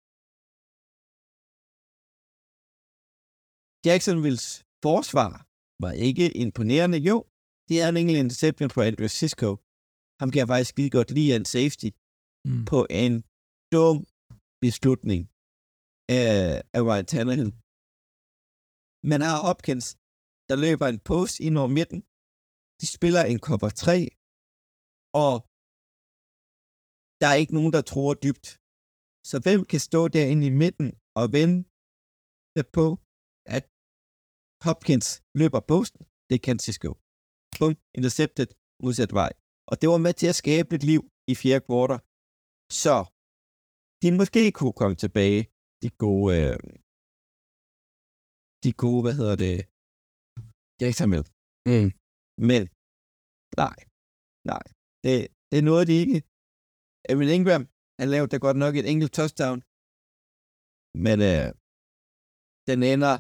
Jacksonvilles forsvar var ikke imponerende. Jo, det er en enkelt interception på Andrew Cisco. Ham kan jeg faktisk skide godt lide en safety mm. på en dum beslutning af, af Ryan Tannehill. Man har Hopkins, der løber en post ind over midten. De spiller en cover tre, og der er ikke nogen, der tror dybt. Så hvem kan stå derinde i midten og vende på, at Hopkins løber posten? Det kan Cisco. Bum, intercepted, modsat vej. Og det var med til at skabe lidt liv i fjerde kvartal. Så de måske kunne komme tilbage. De gode, øh, de gode, hvad hedder det, Jacksonville. Mm. Men, nej, nej. Det, det er noget, de ikke. Evan Ingram, han lavede da godt nok et enkelt touchdown. Men øh, den ender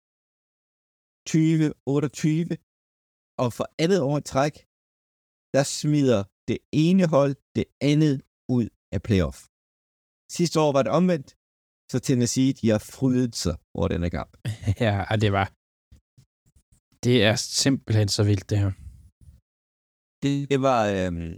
tyve otteogtyve. Og for andet år træk, der smider det ene hold det andet ud af playoff. Sidste år var det omvendt. Så Tennessee, de har frydet sig over denne kamp. Ja, det var... Det er simpelthen så vildt, det her. Det, det var... Øhm,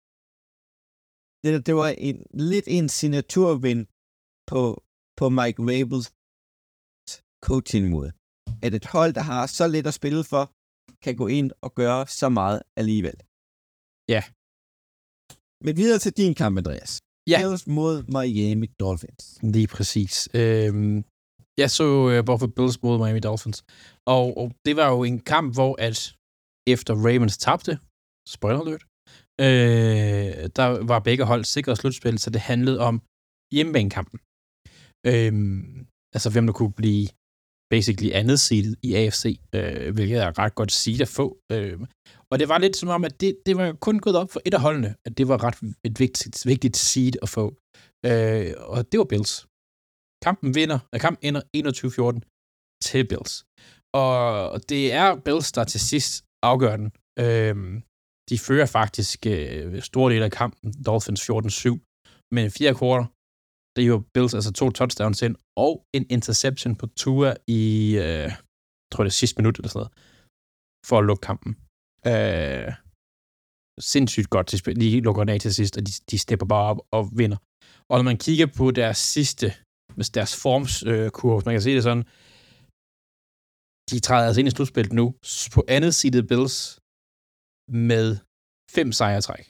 det, det var en, lidt en signaturvind på, på Mike Vrabels coaching-måde. At et hold, der har så lidt at spille for, kan gå ind og gøre så meget alligevel. Ja. Men videre til din kamp, Andreas. Ja. Bills mod Miami Dolphins. Lige præcis. Øhm, jeg så uh, Buffalo Bills mod Miami Dolphins. Og, og det var jo en kamp, hvor at efter Ravens tabte, spoiler alert, øh, der var begge hold sikret slutspil, så det handlede om hjemmebanekampen. Øhm, altså hvem der kunne blive basically andet seedet i A F C, øh, hvilket er ret godt seed at få. Øh, og det var lidt som om, at det, det var kun gået op for et af holdene, at det var ret et vigtigt, vigtigt seed at få. Øh, og det var Bills. Kampen vinder, øh, kampen ender enogtyve fjorten til Bills. Og det er Bills, der til sidst afgør den. Øh, de fører faktisk øh, store del af kampen, Dolphins fjorten syv, men fire kvarter, det er jo Bills, altså to touchdowns ind, og en interception på Tua i, øh, jeg tror det er sidste minut eller sådan noget, for at lukke kampen. Øh, sindssygt godt, de lukker den af til sidst, og de, de stepper bare op og vinder. Og når man kigger på deres sidste, deres formskurve, øh, man kan se det sådan, de træder altså ind i slutspillet nu, på andet seedet Bills, med fem sejretræk.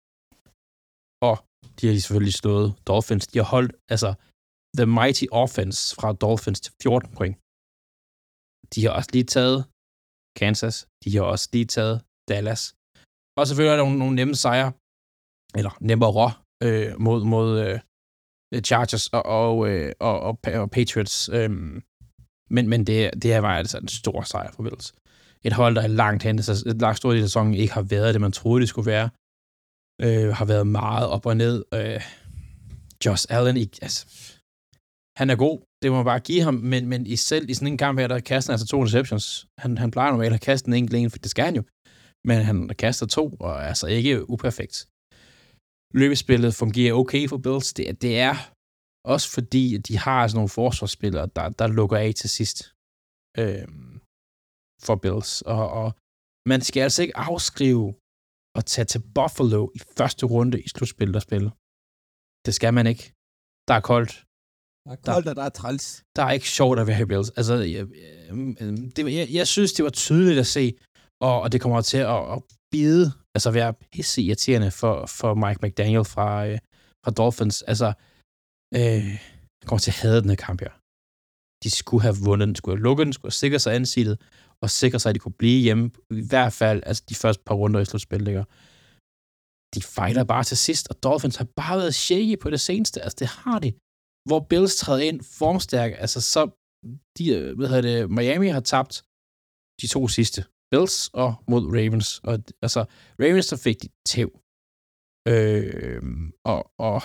Og de har selvfølgelig slået Dolphins. De har holdt, altså, the mighty offense fra Dolphins til fjorten point. De har også lige taget Kansas. De har også lige taget Dallas. Og selvfølgelig er der nogle, nogle nemme sejre, eller nemmere øh, mod, mod øh, Chargers og, og, øh, og, og, og Patriots. Øh, men men det, det her var altså en stor sejr for Bills. Et hold, der er langt hen, et langt stort del af sæsonen ikke har været det, man troede, det skulle være. Øh, har været meget op og ned. Øh, Josh Allen, ikke, altså, han er god, det må man bare give ham, men, men i selv i sådan en kamp her, der kaster han altså to interceptions. Han, han plejer normalt at kaste en enkelt en, for det skal han jo. Men han kaster to, og er altså ikke uperfekt. Løbespillet fungerer okay for Bills. Det, det er også fordi, de har altså nogle forsvarsspillere, der, der lukker af til sidst øh, for Bills. Og, og man skal altså ikke afskrive og tage til Buffalo i første runde i slutspillet og spille. Det skal man ikke. Der er koldt. Der er koldt, der, og der er træls. Der er ikke sjovt at være i Bills. Altså, jeg, det, jeg, jeg synes, det var tydeligt at se, og, og det kommer til at, at bide, altså være pisse irriterende for, for Mike McDaniel fra, øh, fra Dolphins. Altså, øh, jeg kommer til at hade den her kamp her. De skulle have vundet den, skulle have lukket den, skulle have sikret sig ansigtet, og sikre sig, at de kunne blive hjemme, i hvert fald altså de første par runder i slutspillet. De fighter bare til sidst, og Dolphins har bare været shaky på det seneste. Altså, det har de. Hvor Bills træder ind formstærk, altså så, de, hvad hedder det, Miami har tabt de to sidste. Bills og mod Ravens. Og altså, Ravens, der fik de tæv. Øh, og, og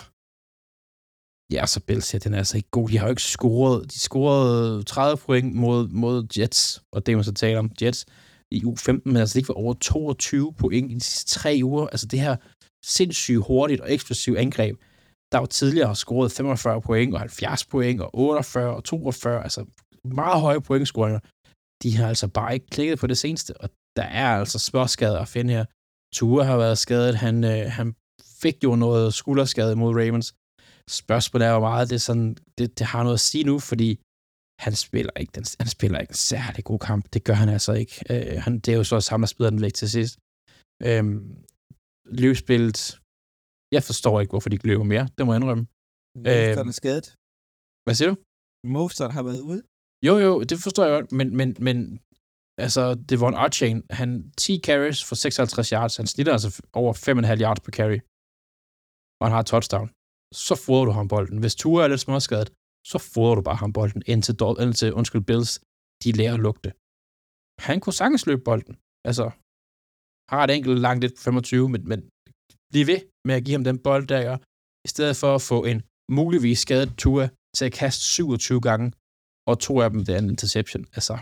ja, så Bills, ja, den er altså ikke god. De har jo ikke scoret. De scorede tredive point mod, mod Jets, og det man så taler om Jets i uge femten, men altså ikke var over toogtyve point i de sidste tre uger. Altså det her sindssygt hurtigt og eksplosivt angreb, der jo tidligere har scoret femogfyrre point og halvfjerds point og otteogfyrre og toogfyrre, altså meget høje pointscoringer. De har altså bare ikke klikket på det seneste, og der er altså småskader at finde her. Tua har været skadet, han, øh, han fik jo noget skulderskade mod Ravens. Spørgsmålet er jo meget, det, er sådan, det, det har noget at sige nu, fordi han spiller ikke, den, han spiller ikke en særlig god kamp. Det gør han altså ikke. Øh, han, det er jo så sammen, der spiller den væk til sidst. Øh, løbspillet, jeg forstår ikke, hvorfor de ikke løber mere. Det må jeg indrømme. Mostert er skadet. Hvad siger du? Mostert har været ude. Jo, jo, det forstår jeg godt, men, men, men altså, det var en Archain. Han ti carries for seksoghalvtreds yards. Han snitter altså over fem komma fem yards per carry. Og han har et touchdown. Så fodrer du ham bolden. Hvis Tua er lidt småskadet, så fodrer du bare ham bolden indtil, indtil undskyld, Bills, de lærer at lugte. Han kunne sagtens løbe bolden. Altså, har et enkelt langt et femogtyve, men, men bliv ved med at give ham den bold der, i stedet for at få en muligvis skadet Tua til at kaste syvogtyve gange, og to af dem, det er en interception. Altså,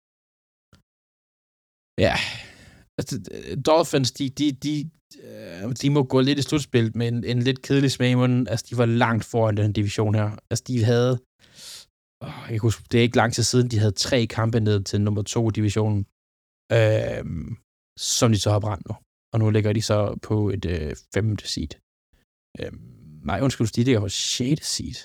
ja, altså, Dolphins, de, de, de, de må gå lidt i slutspil med en, en lidt kedelig smag i munden. Altså, de var langt foran den division her. Altså, de havde Oh, jeg kan huske, det er ikke lang tid siden, de havde tre kampe ned til nummer to i divisionen, øh, som de så har brændt nu. Og nu ligger de så på et øh, femte seed. Øh, nej, undskyld, de ligger på sjette seed.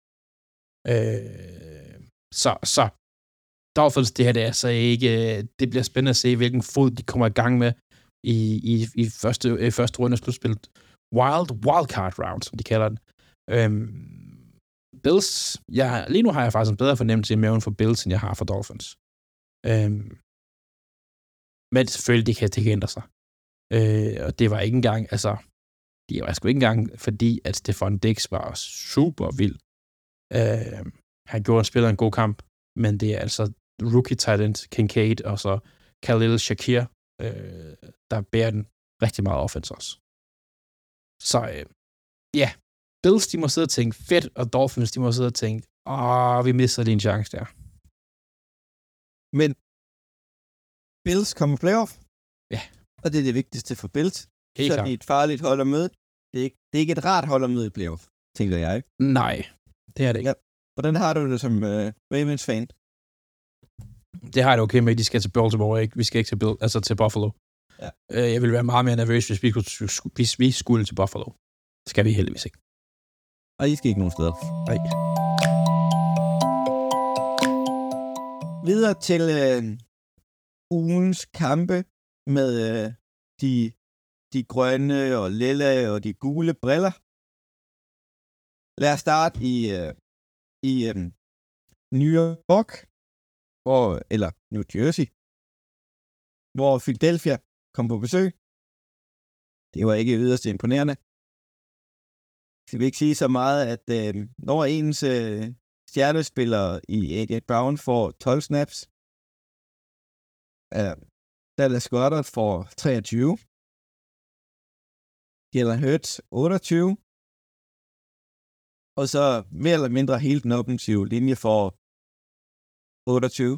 Øh, så, så Dolphins, det her, det er så ikke, det bliver spændende at se, hvilken fod de kommer i gang med i, i, i første, øh, første runde af slutspillet. Wild Wildcard Round, som de kalder den. Øhm, Bills, jeg, lige nu har jeg faktisk en bedre fornemmelse i maven for Bills, end jeg har for Dolphins. Øhm, men selvfølgelig, det kan, det kan ændre sig. Øh, og det var ikke engang, altså, det var sgu ikke engang, fordi at Stefan Dix var super vild. Øh, han gjorde spiller en god kamp, men det er altså rookie tight end Kincaid og så Khalil Shakir, øh, der bærer den rigtig meget offense også. Så øh, ja, yeah. Bills, de må sidde og tænke fedt, og Dolphins, de må sidde og tænke, åh, vi mister lige en chance der. Men Bills kommer playoff. Ja. Og det er det vigtigste for Bills. Helt så klart. det er et farligt hold at møde. Det er, ikke, det er ikke et rart hold at møde i playoff, tænker jeg. Nej, det er det ikke. Ja. Hvordan har du det som uh, Ravens-fan? Det har jeg det okay med, de skal til Baltimore, ikke? Vi skal ikke til, Bill, altså til Buffalo. Ja. Øh, jeg ville være meget mere nervøs, hvis vi, hvis vi skulle til Buffalo. Det skal vi heldigvis ikke. Og I skal ikke nogen steder. Nej. Videre til øh, ugens kampe med øh, de, de grønne og lilla og de gule briller. Lad os starte i, øh, i øh, New York, hvor, eller New Jersey, hvor Philadelphia kom på besøg. Det var ikke yderst imponerende. Jeg vil ikke sige så meget, at øh, når ens øh, stjernespiller i A J Brown får tolv snaps, øh, Dallas Goedert får treogtyve, Jalen Hurts otteogtyve, og så mere eller mindre hele den offensive linje får otteogtyve.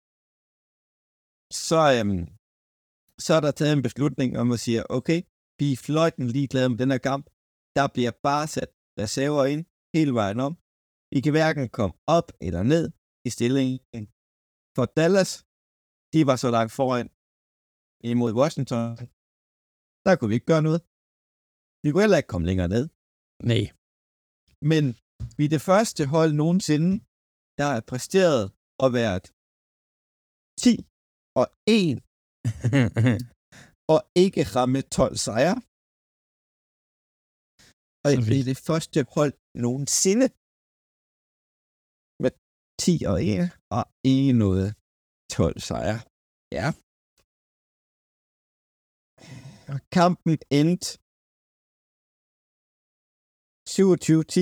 Så, øh, så er der taget en beslutning om at sige, okay, vi er fløjten ligeglade med den her kamp. Der bliver bare sat reserver ind hele vejen om. I kan hverken komme op eller ned i stillingen. For Dallas, de var så langt foran imod Washington. Der kunne vi ikke gøre noget. Vi kunne heller ikke komme længere ned. Nej. Men vi er det første hold nogensinde, der er præsteret og været ti og en og ikke ramme tolv sejre. Og det er det første hold nogensinde med ti og en og ikke noget tolv sejre. Ja. Og kampen endte syvogtyve ti.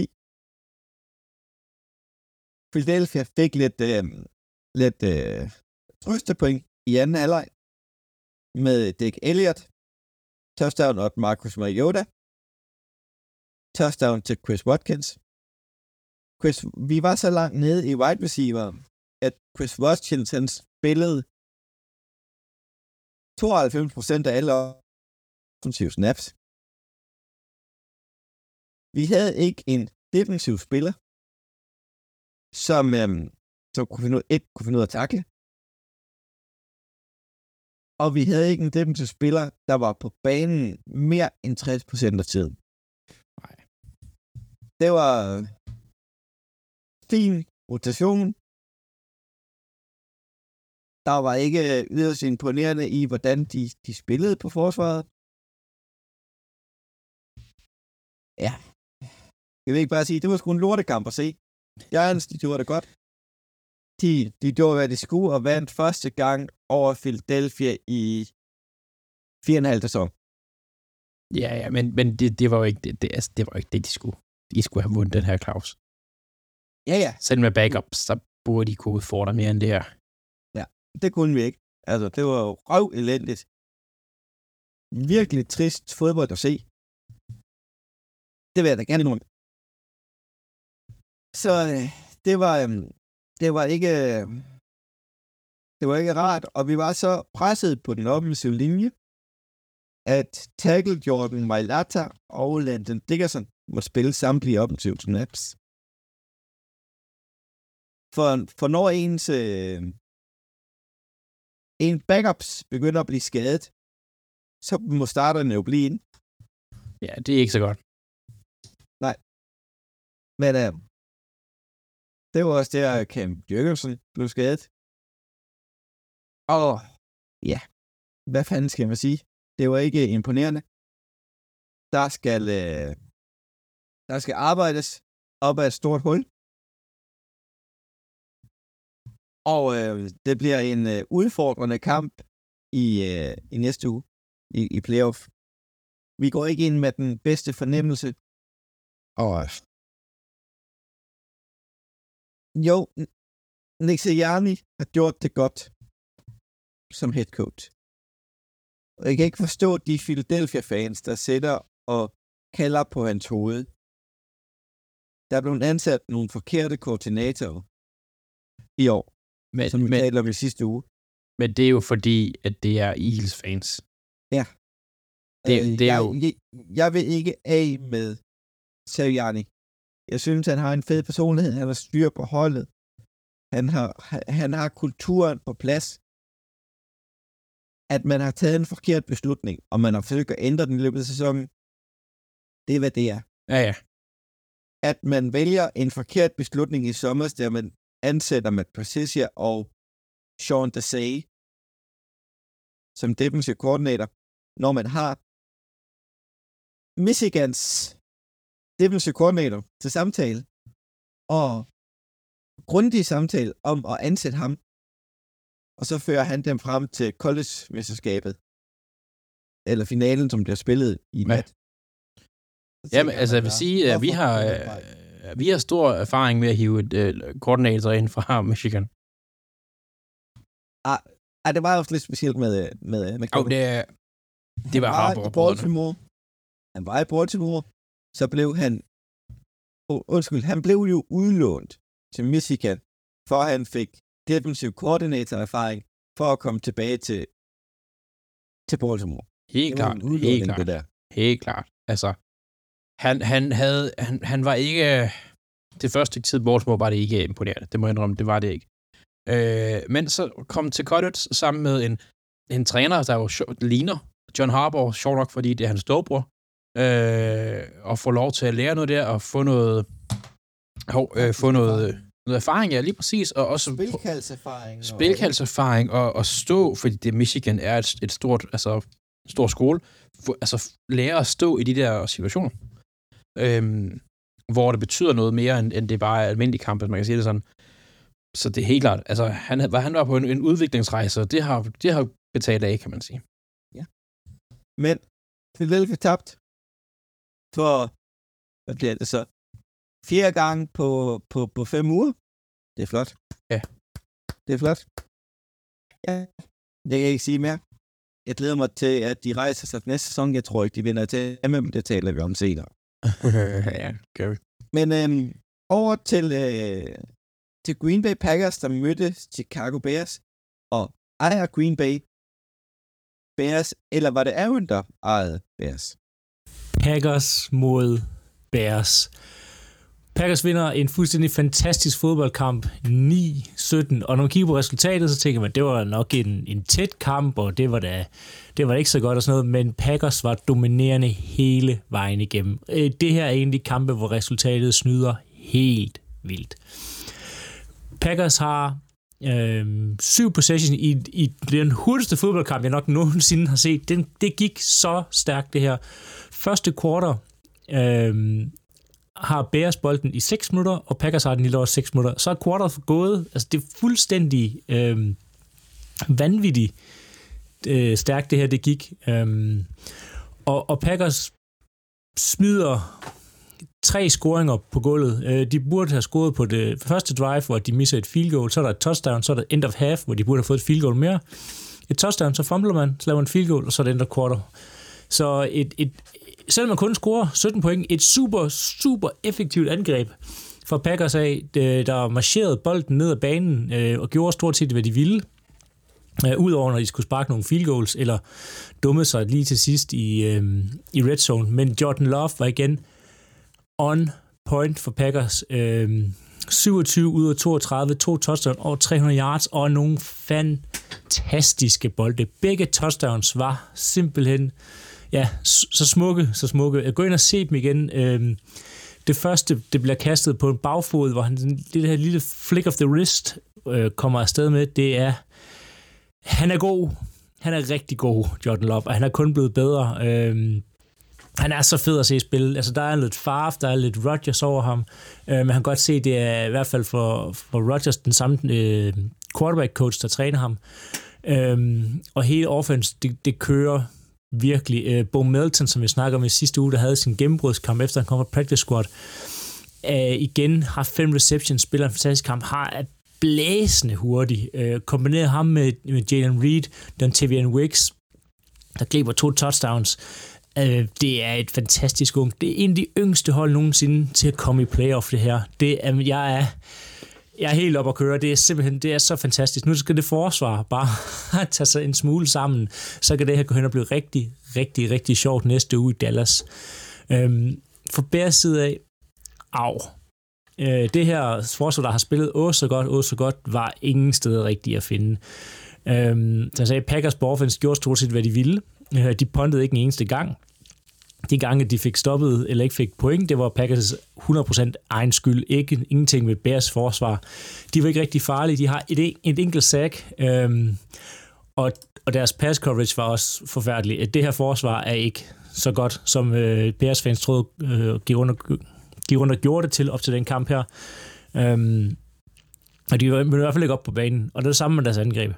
Philadelphia fik lidt, øh, lidt øh, trøstepoint i anden halvleg med Dick Elliott, touchdown og Marcus Mariota, touchdown til Chris Watkins. Chris, vi var så langt nede i wide receiver, at Chris Watkins han spillede tooghalvfems procent af alle offensive snaps. Vi havde ikke en defensiv spiller, som, øhm, som kunne finde ud, et, kunne finde ud af at takle. Og vi havde ikke en defensiv spiller, der var på banen mere end tres procent af tiden. Nej. Det var fin rotation. Der var ikke yderst imponerende i, hvordan de, de spillede på forsvaret. Ja. Jeg vil ikke bare sige, det var sgu en lortekamp at se. Giants, de gjorde det godt. De, de gjorde, hvad de skulle, og vandt første gang over Philadelphia i fire og en halv sæson. Ja, ja, men, men det, det, var jo ikke det, det, altså, det var jo ikke det, de skulle. De skulle have vundet den her, Claus. Ja, ja. Selv med backups, så burde de kunne få dig mere end det her. Ja, det kunne vi ikke. Altså, det var jo røv elendigt. Virkelig trist fodbold at se. Det vil jeg da gerne indrømme. Så øh, det var, øh, det var ikke, øh, det var ikke rart, og vi var så presset på den offensive linje, at tackle Jordan Mailata og Landon Dickerson må spille samtlige offensive snaps. for, for når ens øh, en backups begynder at blive skadet, så må starterne jo blive inde. Ja, det er ikke så godt. Nej. Men øh, det var også der, Cam Jørgensen blev skadet. Og ja, hvad fanden skal man sige? Det var ikke imponerende. Der skal, øh, der skal arbejdes op ad et stort hul. Og øh, det bliver en øh, udfordrende kamp i, øh, i næste uge i, i playoff. Vi går ikke ind med den bedste fornemmelse. Og jo, Nick Sirianni har gjort det godt som head coach. Og jeg kan ikke forstå de Philadelphia-fans, der sætter og kalder på hans hoved. Der er blevet ansat nogle forkerte koordinatorer i år, men, som vi men, talte om i sidste uge. Men det er jo fordi, at det er Eagles-fans. Ja. Det, øh, det er jeg, jo... jeg, jeg vil ikke af med Sirianni. Jeg synes, han har en fed personlighed. Han har styr på holdet. Han har, han har kulturen på plads. At man har taget en forkert beslutning, og man har forsøgt at ændre den i løbet af sæsonen, det er, hvad det er. Ja, ja. At man vælger en forkert beslutning i sommer, der man ansætter Matt Patricia og Sean Desai som defensive coordinator, når man har Michigans defensive coordinator til samtale, og grundig samtale om at ansætte ham, og så fører han dem frem til college-mesterskabet, eller finalen, som bliver spillet i nat. Jamen, altså, jeg vil sige, at vi har, øh, vi har stor erfaring med at hive et øh, koordinator ind fra Michigan. Ah, ah, det var også lidt specielt med med, med oh, det, det var Baltimore. Han var i Baltimore, så blev han oh, undskyld, han blev jo udlånt til Michigan, for han fik defensive coordinator erfaring for at komme tilbage til til Baltimore. Helt klart, helt klart. Det der. Helt klart. Altså, han, han havde, han, han var ikke, det første tid Baltimore var det ikke imponerende, det må jeg indrømme, det var det ikke. Øh, men så kom til Cottage sammen med en, en træner, der jo ligner John Harbaugh, sjovt nok, fordi det er hans storebror, øh, og få lov til at lære noget der, og få noget, hov, øh, få noget, noget erfaring, ja, lige præcis, og også spilkaldserfaring. Spilkaldserfaring, og, og stå, fordi det Michigan er et, et stort, altså, stor skole, for, altså lære at stå i de der situationer, øhm, hvor det betyder noget mere, end, end det bare er almindelig kamp, hvis man kan sige det sådan. Så det er helt klart, altså han, han var på en, en udviklingsrejse, og det har, det har betalt af, kan man sige. Ja. Men Philadelphia tabt for, hvad bliver det så, fjerde gang på, på, på fem uger. Det er flot. Ja. Det er flot. Ja, det kan jeg ikke sige mere. Jeg glæder mig til, at de rejser sig næste sæson. Jeg tror ikke, de vinder til M M. Det taler vi om senere. Ja, gør vi. Men øhm, over til, øh, til Green Bay Packers, der mødte Chicago Bears. Og ejer Green Bay Bears, eller var det Aaron, der ejede Bears? Packers mod Bears. Packers vinder en fuldstændig fantastisk fodboldkamp, ni sytten, og når man kigger på resultatet, så tænker man, det var nok en, en tæt kamp, og det var da det var ikke så godt og sådan noget, men Packers var dominerende hele vejen igennem. Det her er egentlig kampe, hvor resultatet snyder helt vildt. Packers har øh, syv possessions i, i den hurtigste fodboldkamp, jeg nok nogensinde har set. Den, det gik så stærkt, det her. Første quarter øh, har Bears bolden i seks minutter, og Packers har den i over seks minutter. Så er quarteret gået. Altså, det er fuldstændig øh, vanvittigt øh, stærkt, det her, det gik. Øh, og, og Packers smider tre scoringer på gulvet. Øh, de burde have scoret på det første drive, hvor de misser et field goal. Så er der et touchdown, så er der end of half, hvor de burde have fået et field goal mere. Et touchdown, så fumbler man, så laver man et field goal, og så er det end of quarter. Så et, et selvom man kun scorer sytten point, et super, super effektivt angreb fra Packers af, der marcherede bolden ned ad banen øh, og gjorde stort set, hvad de ville. Øh, Udover når de skulle sparke nogle field goals, eller dummede sig lige til sidst i, øh, i red zone. Men Jordan Love var igen on point for Packers. Øh, syvogtyve ud af toogtredive, to touchdowns over tre hundrede yards, og nogle fantastiske bolde. Begge touchdowns var simpelthen, ja, så smukke, så smukke. Jeg går ind og se dem igen. Øhm, det første, det bliver kastet på en bagfod, hvor han det her lille flick of the wrist øh, kommer afsted med, det er, han er god. Han er rigtig god, Jordan Love, og han er kun blevet bedre. Øhm, han er så fed at se spille. Altså, der er lidt Favre, der er lidt Rodgers over ham, øh, men han kan godt se, det er i hvert fald for, for Rodgers den samme øh, quarterback-coach, der træner ham. Øhm, og hele offense, det, det kører virkelig. Øh, Bo Melton, som jeg snakker om i sidste uge, der havde sin gennembrudskamp, efter han kom fra practice squad, øh, igen har fem receptions, spiller en fantastisk kamp, har et blæsende hurtigt. Øh, kombineret ham med, med Jalen Reed, Dontavian Wicks, der griber to touchdowns. Øh, det er et fantastisk ung. Det er en af de yngste hold nogensinde til at komme i playoff, det her. Det er, jeg er jeg er helt op at køre. Det er simpelthen det er så fantastisk. Nu skal det forsvar bare tage sig en smule sammen, så kan det her gå hen og blive rigtig, rigtig, rigtig sjovt næste uge i Dallas. Øh, for Bears side af, au. Øh, det her forsvar, der har spillet åh så godt, åh så godt, var ingen steder rigtigt at finde. Øh, så jeg sagde, Packers på offense gjorde stort set, hvad de ville. Øh, de puntede ikke en eneste gang. De gange, de fik stoppet eller ikke fik point, det var Packers hundrede procent egen skyld. Ikke, ingenting med Bears forsvar. De var ikke rigtig farlige. De har et, et enkelt sack, øh, og, og deres pass coverage var også forfærdelig. Det her forsvar er ikke så godt, som øh, Bears fans troede øh, give under de rundt og gjorde det til op til den kamp her. Øhm, og de var i hvert fald ikke op på banen. Og det er det samme med deres angreb.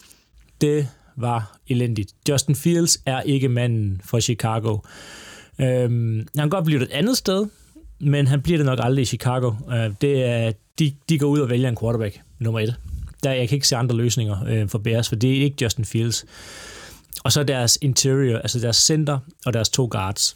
Det var elendigt. Justin Fields er ikke manden for Chicago. Øhm, han kan godt blive et andet sted, men han bliver det nok aldrig i Chicago. Øh, det er, de, de går ud og vælger en quarterback, nummer et. Der, jeg kan ikke se andre løsninger øh, for Bears, for det er ikke Justin Fields. Og så deres interior, altså deres center og deres to guards.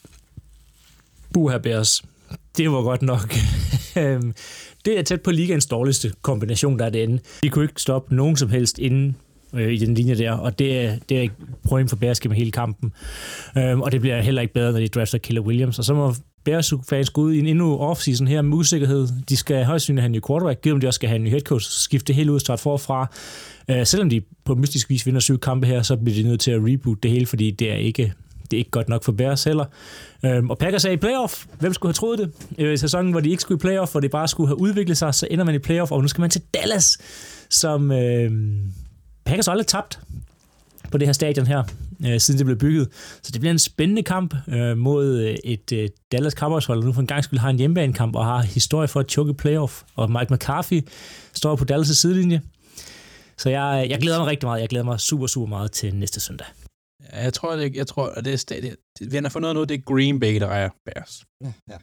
Buha Bears. Det var godt nok. Det er tæt på ligaens dårligste kombination, der er derinde. De kunne ikke stoppe nogen som helst inden øh, i den linje der, og det er, det er ikke problem for Bears med hele kampen. Øhm, og det bliver heller ikke bedre, når de drafter Killer Williams. Og så må Bears-fans gå ud i en endnu off-season her med usikkerhed. De skal højst sandsynligt have en ny quarterback, givet om de også skal have en ny head coach, skifte det hele ud og starte forfra. Øh, selvom de på mystisk vis vinder syv kampe her, så bliver de nødt til at reboot det hele, fordi det er ikke... Det er ikke godt nok for Bears heller. Øhm, og Packers er i playoff. Hvem skulle have troet det? Øh, I sæsonen, hvor de ikke skulle i playoff, hvor det bare skulle have udviklet sig, så ender man i playoff, og nu skal man til Dallas, som øh, Packers har aldrig tabt på det her stadion her, øh, siden det blev bygget. Så det bliver en spændende kamp øh, mod et øh, Dallas Cowboys-hold, der nu for en gang skulle have en hjemmebanekamp, og har historie for at choke i playoff. Og Mike McCarthy står på Dallas' sidelinje. Så jeg, jeg glæder mig rigtig meget. Jeg glæder mig super, super meget til næste søndag. Jeg tror, det, jeg tror, at det er stadig... Vi har fundet noget, det er Green Bay, der er Bears. Ja.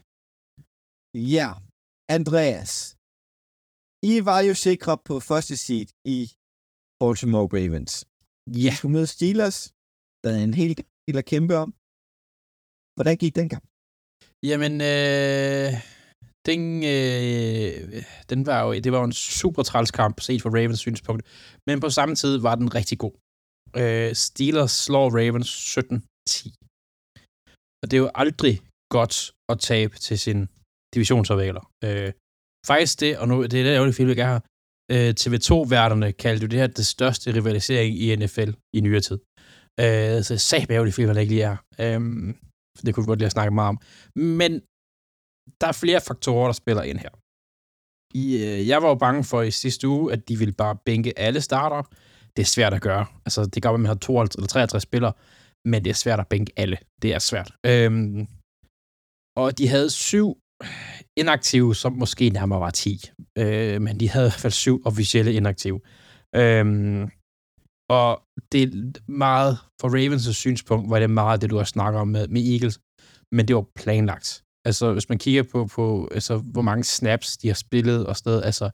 Ja, Andreas. I var jo sikre på første seed i Baltimore Ravens. Ja. I skulle møde Steelers, der er en hel del at kæmpe om. Hvordan gik den kamp? Jamen, øh, den, øh, den var jo, det var jo en super træls kamp, set fra Ravens synspunkt. Men på samme tid var den rigtig god. Øh, Steelers slår Ravens sytten ti. Og det er jo aldrig godt at tabe til sin divisionsrivaler. Øh, faktisk det, og nu det er det ærgerlige film, jeg har, øh, T V to-værterne kaldte jo det her det største rivalisering i N F L i nyere tid. Øh, så sag med ærgerlige film, der ikke lige er. Øh, det kunne vi godt lige have snakket meget om. Men der er flere faktorer, der spiller ind her. I, øh, jeg var jo bange for i sidste uge, at de ville bare bænke alle starter. Det er svært at gøre. Altså, det gør, at man har tooghalvtreds eller treogtres spillere, men det er svært at bænke alle. Det er svært. Øhm, og de havde syv inaktive, som måske nærmere var ti. Øh, men de havde i hvert fald syv officielle inaktive. Øhm, og det er meget, fra Ravens' synspunkt, var det meget det, du har snakket om med, med Eagles, men det var planlagt. Altså, hvis man kigger på, på altså, hvor mange snaps de har spillet og sted, altså,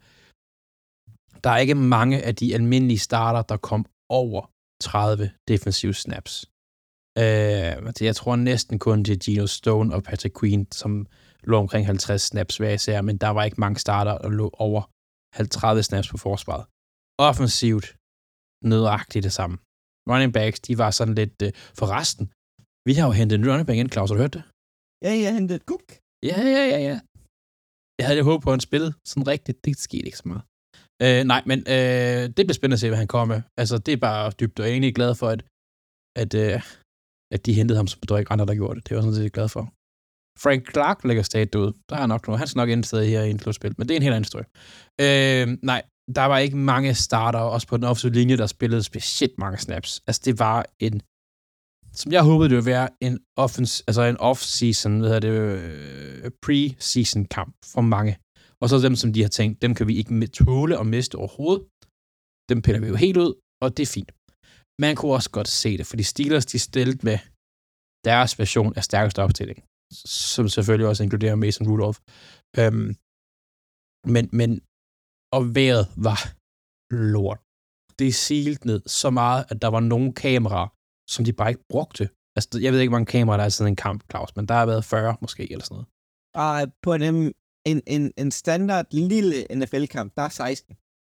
der er ikke mange af de almindelige starter, der kom over tredive defensive snaps. Øh, jeg tror næsten kun til Geno Stone og Patrick Queen, som lå omkring halvtreds snaps hver især, men der var ikke mange starter, der lå over tredive snaps på forsvaret. Offensivt, nødagtigt det samme. Running backs, de var sådan lidt... Øh, for resten, vi har jo hentet en running back ind, Claus, har du hørt det? Ja, jeg hentede Cook. Ja, ja, ja, ja. jeg havde jo håbet på, at han spillede sådan rigtigt. Det skete ikke så meget. Øh, nej, men øh, det bliver spændende at se, hvad han kommer med. Altså, det er bare dybt, og jeg er egentlig glad for, at, at, øh, at de hentede ham, som der ikke andre, der gjorde det. Det var sådan set glad for. Frank Clark lægger stadig ud. Der er nok noget. Han skal nok ende sted her i en slutspil, men det er en helt anden historie. Øh, nej, der var ikke mange starter, også på den offensive linje, der spillede specielt mange snaps. Altså, det var en, som jeg håbede, det ville være en offense, altså en off-season, hvad hedder det, øh, pre-season kamp for mange. Og så dem, som de har tænkt, dem kan vi ikke tåle og miste overhovedet. Dem piller vi jo helt ud, og det er fint. Man kunne også godt se det, fordi Steelers, de stillede med deres version af stærkeste opstilling, som selvfølgelig også inkluderer Mason Rudolph. Øhm, men, men, og vejret var lort. Det silte ned så meget, at der var nogle kameraer, som de bare ikke brugte. Altså, jeg ved ikke, hvor mange kameraer der er sådan en kamp, Claus, men der har været fyrre måske, eller sådan noget. Og på en, en, en, en standard lille N F L-kamp, der er seksten.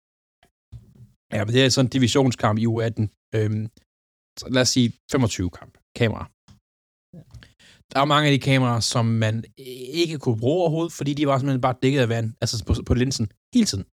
Ja, men det er sådan en divisionskamp i U atten. Øhm, så lad os sige femogtyve kamp. Kamera. Ja. Der er mange af de kameraer, som man ikke kunne bruge overhovedet, fordi de var simpelthen bare dækket af vand, altså på, på linsen, hele tiden.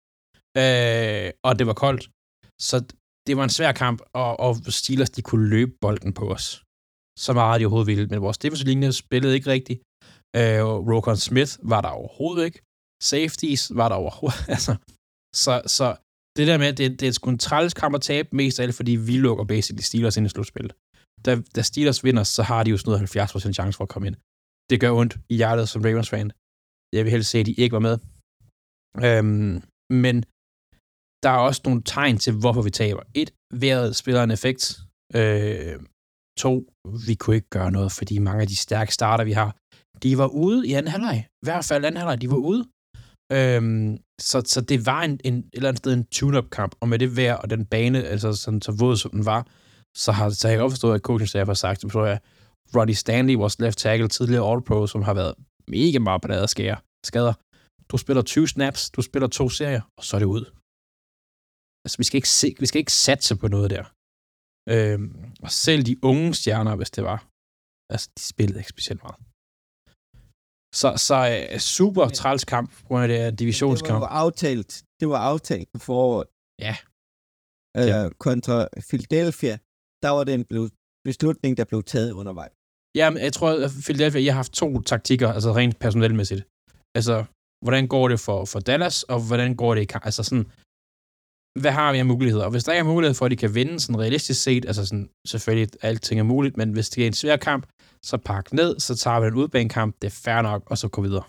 Øh, og det var koldt. Så det var en svær kamp, og, og Steelers, de kunne løbe bolden på os. Så meget de overhovedet ville. Men vores defensive linje spillede ikke rigtigt. Øh, Roquan Smith var der overhovedet ikke. Safeties var der overhovedet. Altså, så, så det der med, at det, det er sgu en træls kamp at tabe, mest af alt, fordi vi lukker basically Steelers ind i slutspillet. Da, da Steelers vinder, så har de jo sådan noget halvfjerds procent chance for at komme ind. Det gør ondt i hjertet som Ravens-fan. Jeg vil helst se, at de ikke var med. Øhm, men der er også nogle tegn til, hvorfor vi taber. Et, vejret spiller en effekt. Øh, to, vi kunne ikke gøre noget, fordi mange af de stærke starter, vi har, de var ude i anden halvleg. I hvert fald anden halvleg, de var ude. Øhm, så, så det var en, en, et eller andet sted en tune-up-kamp, og med det vejr og den bane, altså sådan så våd som den var, så har, så har jeg godt forstået, at coaching staff har sagt, så jeg, Ronnie Stanley, vores left tackle, tidligere All-Pro, som har været mega meget på der skader. Du spiller tyve snaps, du spiller to serier, og så er det ud. Altså, vi skal ikke, se, vi skal ikke satse på noget der. Øhm, og selv de unge stjerner, hvis det var, altså, de spillede ikke specielt meget. Så, så uh, super træls kamp på grund af det her divisionskamp. Det var aftalt, det var aftalt på foråret. Ja. Øh, ja. Kontra Philadelphia, der var det en beslutning, der blev taget undervejs. Ja, men jeg tror, at Philadelphia, jeg har haft to taktikker, altså rent personelmæssigt. Altså, hvordan går det for, for Dallas, og hvordan går det i kamp? Altså sådan, hvad har vi af muligheder? Og hvis der ikke er mulighed for, at de kan vinde sådan realistisk set, altså sådan, selvfølgelig, alting er muligt, men hvis det er en svær kamp, så pak ned, så tager vi en udbanekamp, det er fair nok, og så går videre.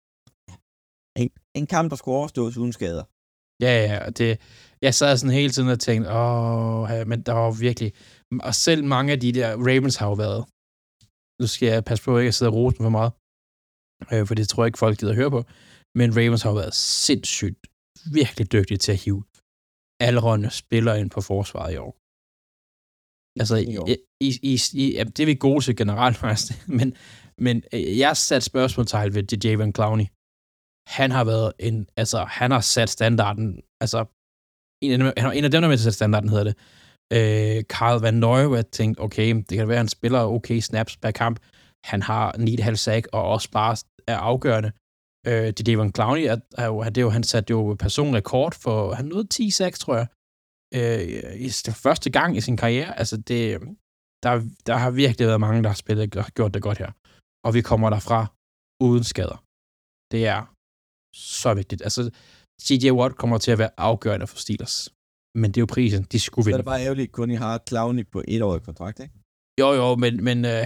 En, en kamp, der skulle overstås uden skader. Ja, ja, det, jeg sad sådan hele tiden og tænkte, åh, men der var virkelig, og selv mange af de der Ravens har jo været, nu skal jeg passe på, at jeg ikke sidder og rosen for meget, øh, for det tror jeg ikke, folk gider at høre på, men Ravens har jo været sindssygt, virkelig dygtige til at hive allerede spillere ind på forsvaret i år. Altså, i, i, i, i, ja, det er vi gode til generelt, faktisk. men, men jeg har sat spørgsmålstegn ved Jadeveon Clowney. Han har været en, altså, han har sat standarden, altså, en af dem, han er en af dem, der er med til at sætte standarden, hedder det. Øh, Carl Van Noy, hvor jeg tænkte, okay, det kan være, han spiller okay snaps per kamp. Han har ni komma fem sack, og også bare er afgørende. Øh, Jadeveon Clowney, er, er jo, det er jo, han satte jo personrekord for, han nåede ti sacks, tror jeg. Øh, i det første gang i sin karriere. Altså, det, der, der har virkelig været mange, der har spillet og gjort det godt her. Og vi kommer derfra uden skader. Det er så vigtigt. Altså, C J Watt kommer til at være afgørende for Steelers. Men det er jo prisen. De skulle vinde. Så er det bare ærgerligt, kun I har Clowney på et årig kontrakt, ikke? Jo, jo, men, men øh,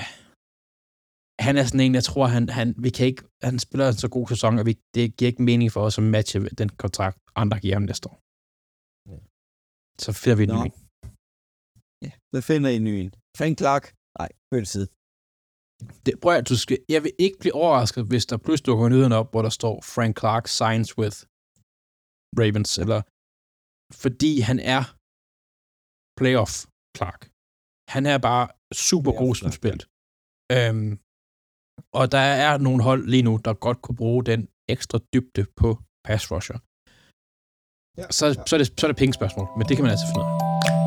han er sådan en, jeg tror, han, han, vi kan ikke, han spiller en så god sæson, og vi, det giver ikke mening for os at matche den kontrakt, andre giver ham næste år. Ja. Så finder vi en ny. Ja, så finder I en ny en. Frank Clark? Nej, højt side. Det, prøv at, du skal, jeg vil ikke blive overrasket, hvis der pludselig dukker nyheden op, hvor der står Frank Clark signs with Ravens, eller fordi han er playoff Clark. Han er bare super god som spillet. Øhm, og der er nogle hold lige nu, der godt kunne bruge den ekstra dybde på pass rusher. Ja, så, ja. så, er det, så er det pengespørgsmål, men det kan man altså finde ud af.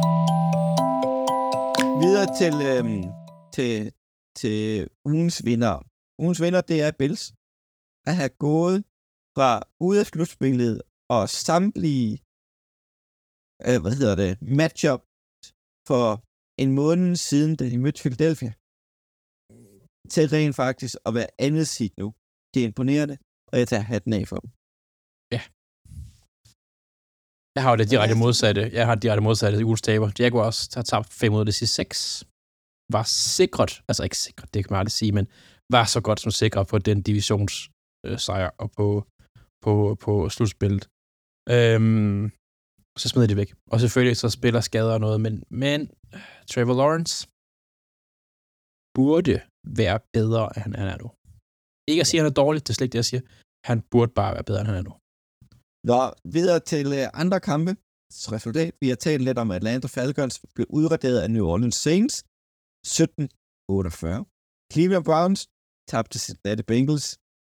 Videre til, øhm, til, til ugens vinder. Ugens vinder, det er Bills. Der har gået fra ude af slutspillet og samtlige øh, hvad hedder det, matchup for en måned siden, da de mødte Philadelphia, til rent faktisk at være andet seed nu. Det er imponerende, og jeg tager hatten af for dem. Ja. Jeg har jo det direkte modsatte. Jeg har det direkte modsatte i ugens taber. Jaguars har tabt fem ud af de sidste seks. Var sikret, altså ikke sikret, det kan man aldrig sige, men var så godt som sikret på den divisions øh, sejr og på, på, på slutspillet. Øhm, så smider de væk. Og selvfølgelig så spiller skader og noget, men, men Trevor Lawrence burde være bedre, end han er nu. Ikke at sige, at han er dårlig, det er slet ikke det, jeg siger. Han burde bare være bedre, end han er nu. Nå, videre til uh, andre kampe. Så resultat, vi har talt lidt om, at Atlanta Falcons blev udraderet af New Orleans Saints. sytten otteogfyrre. Cleveland Browns tabte Cincinnati Bengals.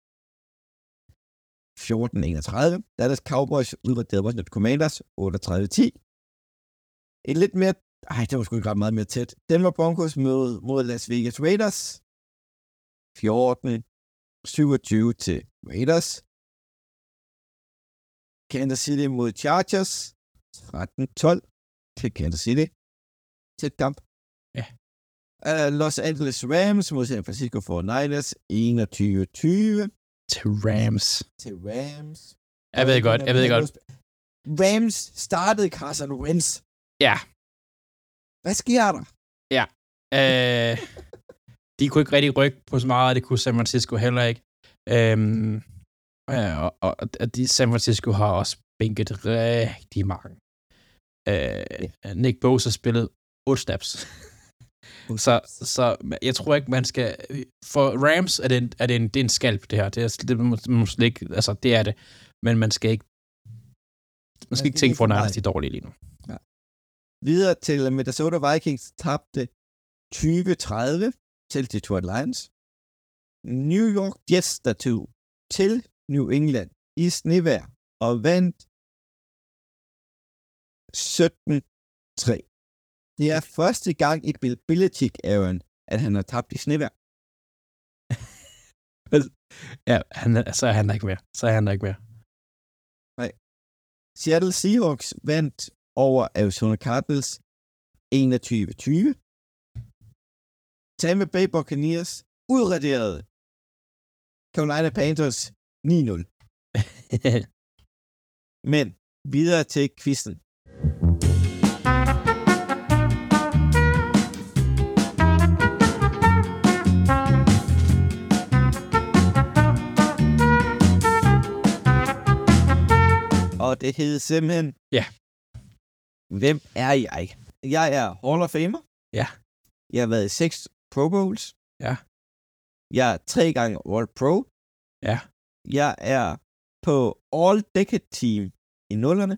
fjorten enogtredive. Dallas Cowboys udraderet Washington Commanders. otteogtredive ti. Et lidt mere... Ej, det var sgu ikke ret meget mere tæt. Denver Broncos mod, mod Las Vegas Raiders. fjorten syvogtyve til Raiders. Kansas City mod Chargers. tretten tolv til Kansas City. Tæt kamp. Ja. Uh, Los Angeles Rams mod San Francisco forty-niners. enogtyve tyve. Til Rams. Til Rams. Jeg ved godt, jeg ved godt. Rams startede Carson Wentz. Ja. Hvad sker der? Ja. Øh, de kunne ikke rigtig rykke på så meget, det kunne San Francisco heller ikke. Øhm, og, og, og de San Francisco har også bænket rigtig mange. Øh, ja. Nick Bosa har spillet otte snaps. så, så jeg tror ikke, man skal... For Rams er det en, er det en, det er en skalp, det her. Det er, det, man må slet ikke, altså, det er det. Men man skal ikke... Man skal ikke tænke for, at de er dårlige lige nu. Ja. Videre til Minnesota Vikings tabte tyve tredive til Detroit Lions. New York Jets, der tog til New England i snevejr og vandt sytten tre. Det er første gang i Bill Belichick-æren, at han har tabt i snevejr. ja, han, så er han der ikke mere. Så er han der ikke mere. Nej. Seattle Seahawks vandt over Arizona Cardinals enogtyve tyve. Tampa Bay Buccaneers udraderede Carolina Panthers ni nul. Men videre til quizzen. Og det hed simpelthen... Ja. Hvem er jeg? Jeg er Hall of Famer. Ja. Jeg har været i seks Pro Bowls. Ja. Jeg er tre gange All Pro. Ja. Jeg er på All-Decade Team i nullerne.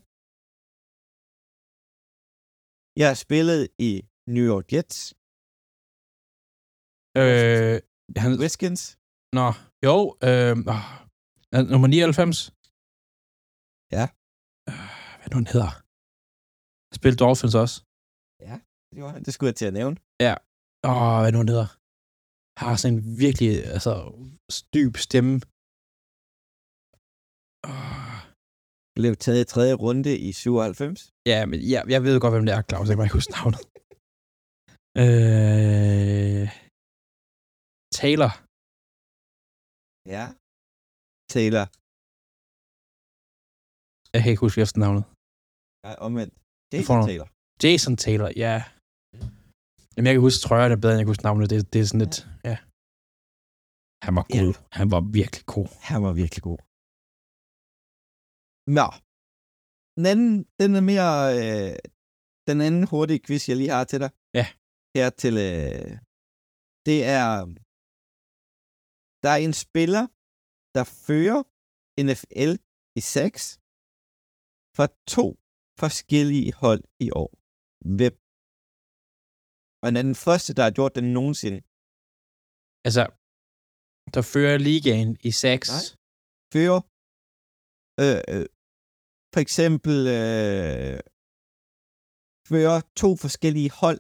Jeg har spillet i New York Jets. Øh, han... Redskins. Nå, jo. Øh, åh, nummer nioghalvfems. Ja. Øh, hvad nu han hedder? Spil Dolphins også. Ja, det var han. Det skulle jeg til at nævne. Ja. Åh, hvad nu han hedder? Har sådan en virkelig, altså, dyb stemme. Åh. Blev taget i tredje runde i syvoghalvfems. Ja, men jeg, jeg ved godt, hvem det er, Claus. Jeg kan bare ikke huske navnet. øh... Taylor. Ja. Taylor. Jeg kan ikke huske efternavnet. Ja, omvendt. Jason Taylor. Jason Taylor, ja. Jamen, jeg kan huske trøjerne bedre, end jeg kan huske navnet. Det, det er sådan lidt, ja. Han var god. Ja. Han var virkelig god. Han var virkelig god. Nå. Den anden, den er mere, øh, den anden hurtige quiz, jeg lige har til dig. Ja. Her til, øh, det er, der er en spiller, der fører N F L i seks for to forskellige hold i år. Hvem? Og han er den første, der har gjort det nogensinde. Altså, der fører ligaen i seks. Nej. Fører øh, øh, for eksempel øh, fører to forskellige hold.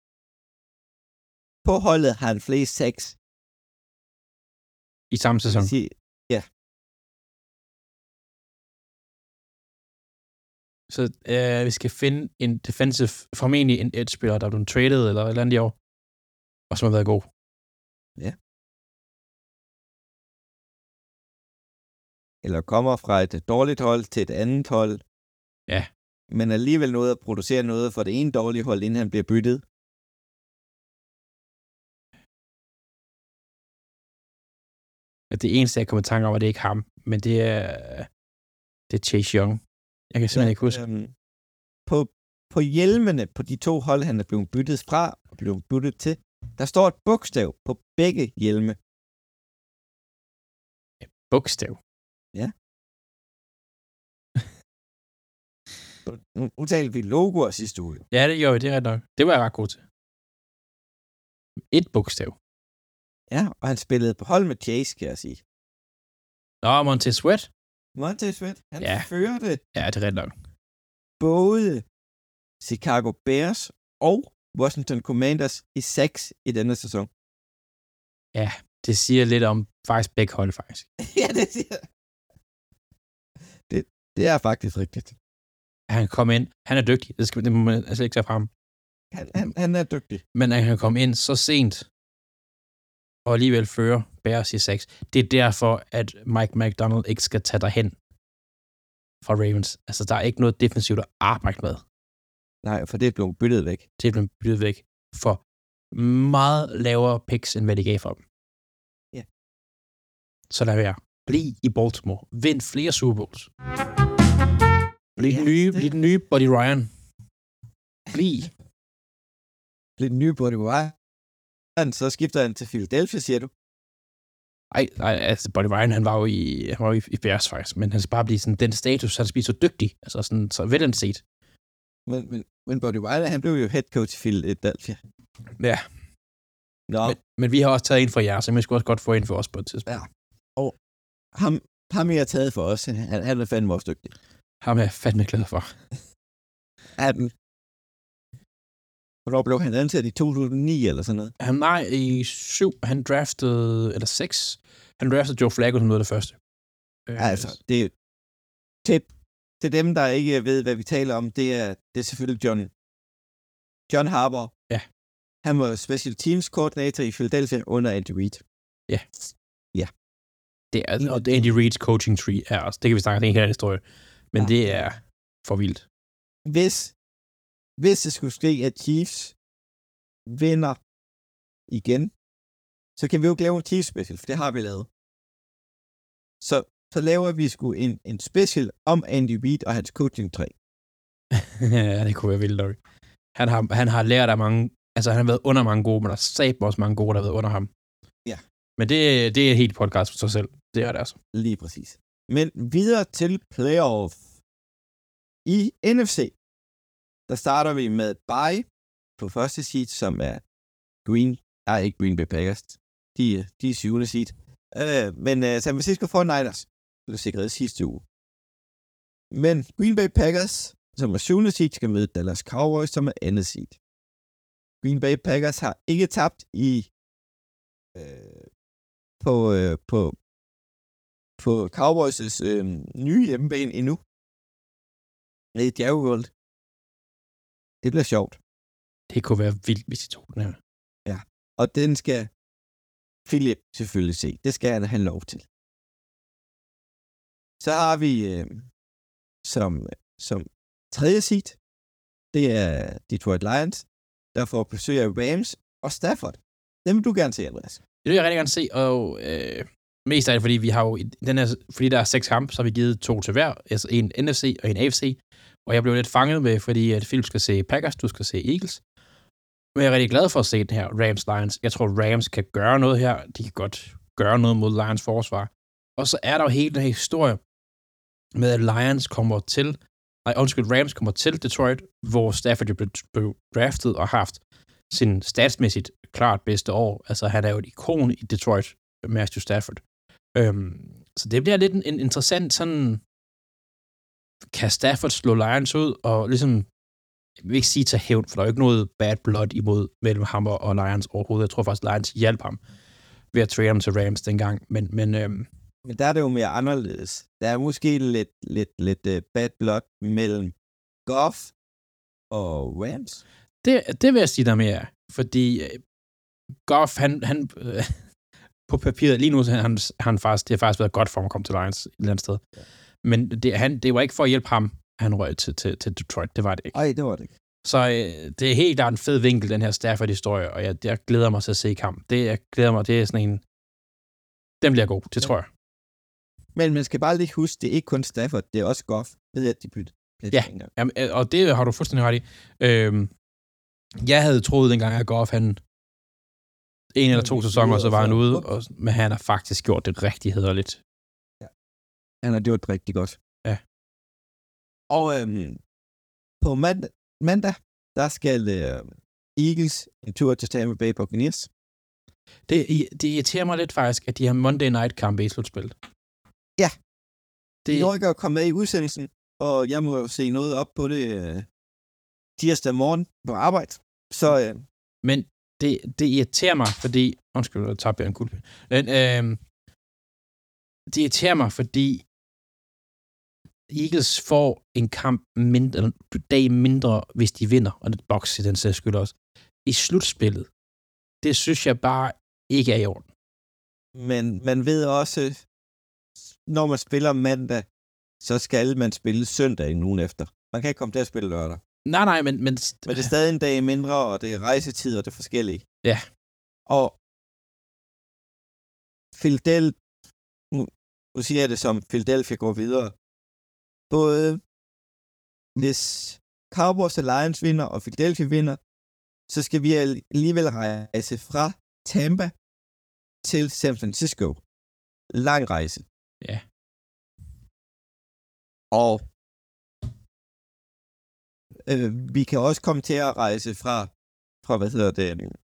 På holdet har han flest seks. I samme sæson? Sige, ja. Så øh, vi skal finde en defensive, formentlig en edge-spiller, der er blevet traded eller et eller andet i år, og som har været god. Ja. Eller kommer fra et dårligt hold til et andet hold. Ja. Men alligevel noget at producere noget for det ene dårlige hold, inden han bliver byttet. Det eneste, jeg kommer i tanke om, det er ikke ham, men det er, det er Chase Young. Jeg kan simpelthen ja, ikke huske. Øhm, på, på hjelmene på de to hold, han er blevet byttet fra og blevet byttet til, der står et bogstav på begge hjelme. Et bogstav? Ja. Nu, nu talte vi logoer sidste uge. Ja, det gjorde vi, det er ret nok. Det var jeg ret god til. Et bogstav. Ja, og han spillede på hold med Chase, kan jeg sige. Nå, Montez Sweat. Montez Sweat, han ja. førte ja, det er ret nok. både Chicago Bears og Washington Commanders i seks i denne sæson. Ja, det siger lidt om faktisk begge hold, faktisk. ja, det siger det. Det er faktisk rigtigt. Han kom ind. Han er dygtig. Det, skal, det må man altså ikke tage frem. Han, han, han er dygtig. Men han kan komme ind så sent, og alligevel føre Bears i seks. Det er derfor, at Mike McDonald ikke skal tage derhen fra Ravens. Altså, der er ikke noget defensivt at arbejde med. Nej, for det er blevet byttet væk. Det er blevet byttet væk for meget lavere picks, end hvad de gav for dem. Ja. Så lad være. Bliv i Baltimore. Vind flere Super Bowls. Bliv ja, den nye, det... bliv den nye Buddy Ryan. Bliv. Bliv den nye Buddy Ryan. Så skifter han til Philadelphia, siger du? Ej, ej altså Buddy Ryan, han var jo i, han var jo i, i Bears faktisk, men han skal bare blive sådan den status, han skal blive så dygtig, altså sådan så velanset. Men, men, men Buddy Ryan, han blev jo head coach i Philadelphia. Ja. Nå. Men, men vi har også taget en for jer, så vi skulle også godt få en for os på et tidspunkt. Ja. Og ham, ham jeg har taget for os, han, han er fandme også dygtig. Ham er jeg fandme glad for. Er den? Hvornår blev han ansat i to tusind og ni eller sådan noget? Han var i syv, han draftede, eller seks, han draftede Joe Flacco som noget af det første. Ja, altså, det er til, til dem, der ikke ved, hvad vi taler om, det er, det er selvfølgelig John, John Harbaugh. Ja. Han var special teams coordinator i Philadelphia under Andy Reid. Ja. Ja. Det er, og Andy Reids coaching tree er også, det kan vi snakke om, det er en hel historie, men ja. Det er for vildt. Hvis Hvis det skulle ske, at Chiefs vinder igen, så kan vi jo lave en Chiefs special, for det har vi lavet. Så, så laver vi sgu en, en special om Andy Reid og hans coaching træ. ja, det kunne være vildt nok. Han har, han har lært af mange, altså han har været under mange gode, men der er sat også mange gode, der har været under ham. Ja. Men det, det er et helt podcast for sig selv. Det er det altså. Lige præcis. Men videre til playoff. I N F C, der starter vi med bye på første seed, som er Green, nej ikke Green Bay Packers, de, de er syvende seed, uh, men uh, San Francisco forty-niners blev sikret sidste uge. Men Green Bay Packers, som er syvende seed, skal møde Dallas Cowboys, som er andet seed. Green Bay Packers har ikke tabt i uh, på, uh, på, på Cowboys' uh, nye hjemmebane endnu. Det er Jerry World. Det bliver sjovt. Det kunne være vildt, hvis de tog den her. Ja, og den skal Philip selvfølgelig se. Det skal han have lov til. Så har vi øh, som, som tredje seed, det er Detroit Lions, der får besøg af Rams og Stafford. Dem vil du gerne se, Andreas. Det vil jeg rigtig gerne se, og øh, mest af det, fordi vi har jo, den her, fordi der er seks kampe, så har vi givet to til hver, altså en N F C og en A F C. Og jeg blev lidt fanget med, fordi at Philip skal se Packers, du skal se Eagles. Men jeg er rigtig glad for at se den her Rams-Lions. Jeg tror, Rams kan gøre noget her. De kan godt gøre noget mod Lions forsvar. Og så er der jo hele den her historie med, at Lions kommer til, nej, undskyld, Rams kommer til Detroit, hvor Stafford blev draftet og har haft sin statsmæssigt klart bedste år. Altså, han er jo et ikon i Detroit, Matthew Stafford. Øhm, så det bliver lidt en, en interessant sådan, kan Stafford slå Lions ud, og ligesom, jeg vil ikke sige til hævn, for der er jo ikke noget bad blood imod mellem ham og Lions overhovedet. Jeg tror faktisk, Lions hjalp ham ved at trade ham til Rams dengang, men, men, øhm, men der er det jo mere anderledes. Der er måske lidt, lidt, lidt uh, bad blood mellem Goff og Rams? Det, det vil jeg sige der mere, fordi øh, Goff, han, han øh, på papiret, lige nu så han, han faktisk, det har faktisk været godt for ham at komme til Lions et eller andet sted. Ja. Men det, han, det var ikke for at hjælpe ham, han røg til, til, til Detroit, det var det ikke. Nej, det var det ikke. Så øh, det er helt klart en fed vinkel, den her Stafford-historie, og jeg, jeg glæder mig til at se kamp. Det, jeg glæder mig, det er sådan en, den bliver god, det ja. tror jeg. Men man skal bare lige huske, det er ikke kun Stafford, det er også Goff, ved jeg, at de bytter. Ja, jamen, og det har du fuldstændig ret i. Øhm, jeg havde troet dengang, at Goff, han en eller to sæsoner, så var han ude, og, men han har faktisk gjort det rigtig hæderligt. Ja. Han har gjort det rigtig godt. Ja. Og øhm, på mandag, mandag, der skal øh, Eagles en tur til Tampa Bay Buccaneers. Det, det irriterer mig lidt faktisk, at de har Monday Night kampe i slutspillet. Ja. Det er ikke at komme med i udsendelsen, og jeg må jo se noget op på det øh, tirsdag morgen på arbejde. Så, øh, Men det, det irriterer mig, fordi... Undskyld, jeg tabte jeg en kuglepen. Men øh, det irriterer mig, fordi Eagles får en kamp mindre, eller en dag mindre, hvis de vinder, og det boks i den sags skyld også. I slutspillet, det synes jeg bare ikke er i orden. Men man ved også, når man spiller mandag, så skal man spille søndag en ugen efter. Man kan ikke komme til at spille lørdag. Nej, nej, men... Men, men det er stadig en dag mindre, og det er rejsetid, og det er forskelligt. Ja. Og Philadelphia, nu, nu siger jeg det som, Philadelphia går videre. Både hvis Cowboys og Lions vinder, og Philadelphia vinder, så skal vi alligevel rejse fra Tampa til San Francisco. Lang rejse. Ja. Og øh, vi kan også komme til at rejse fra, fra hvad hedder det,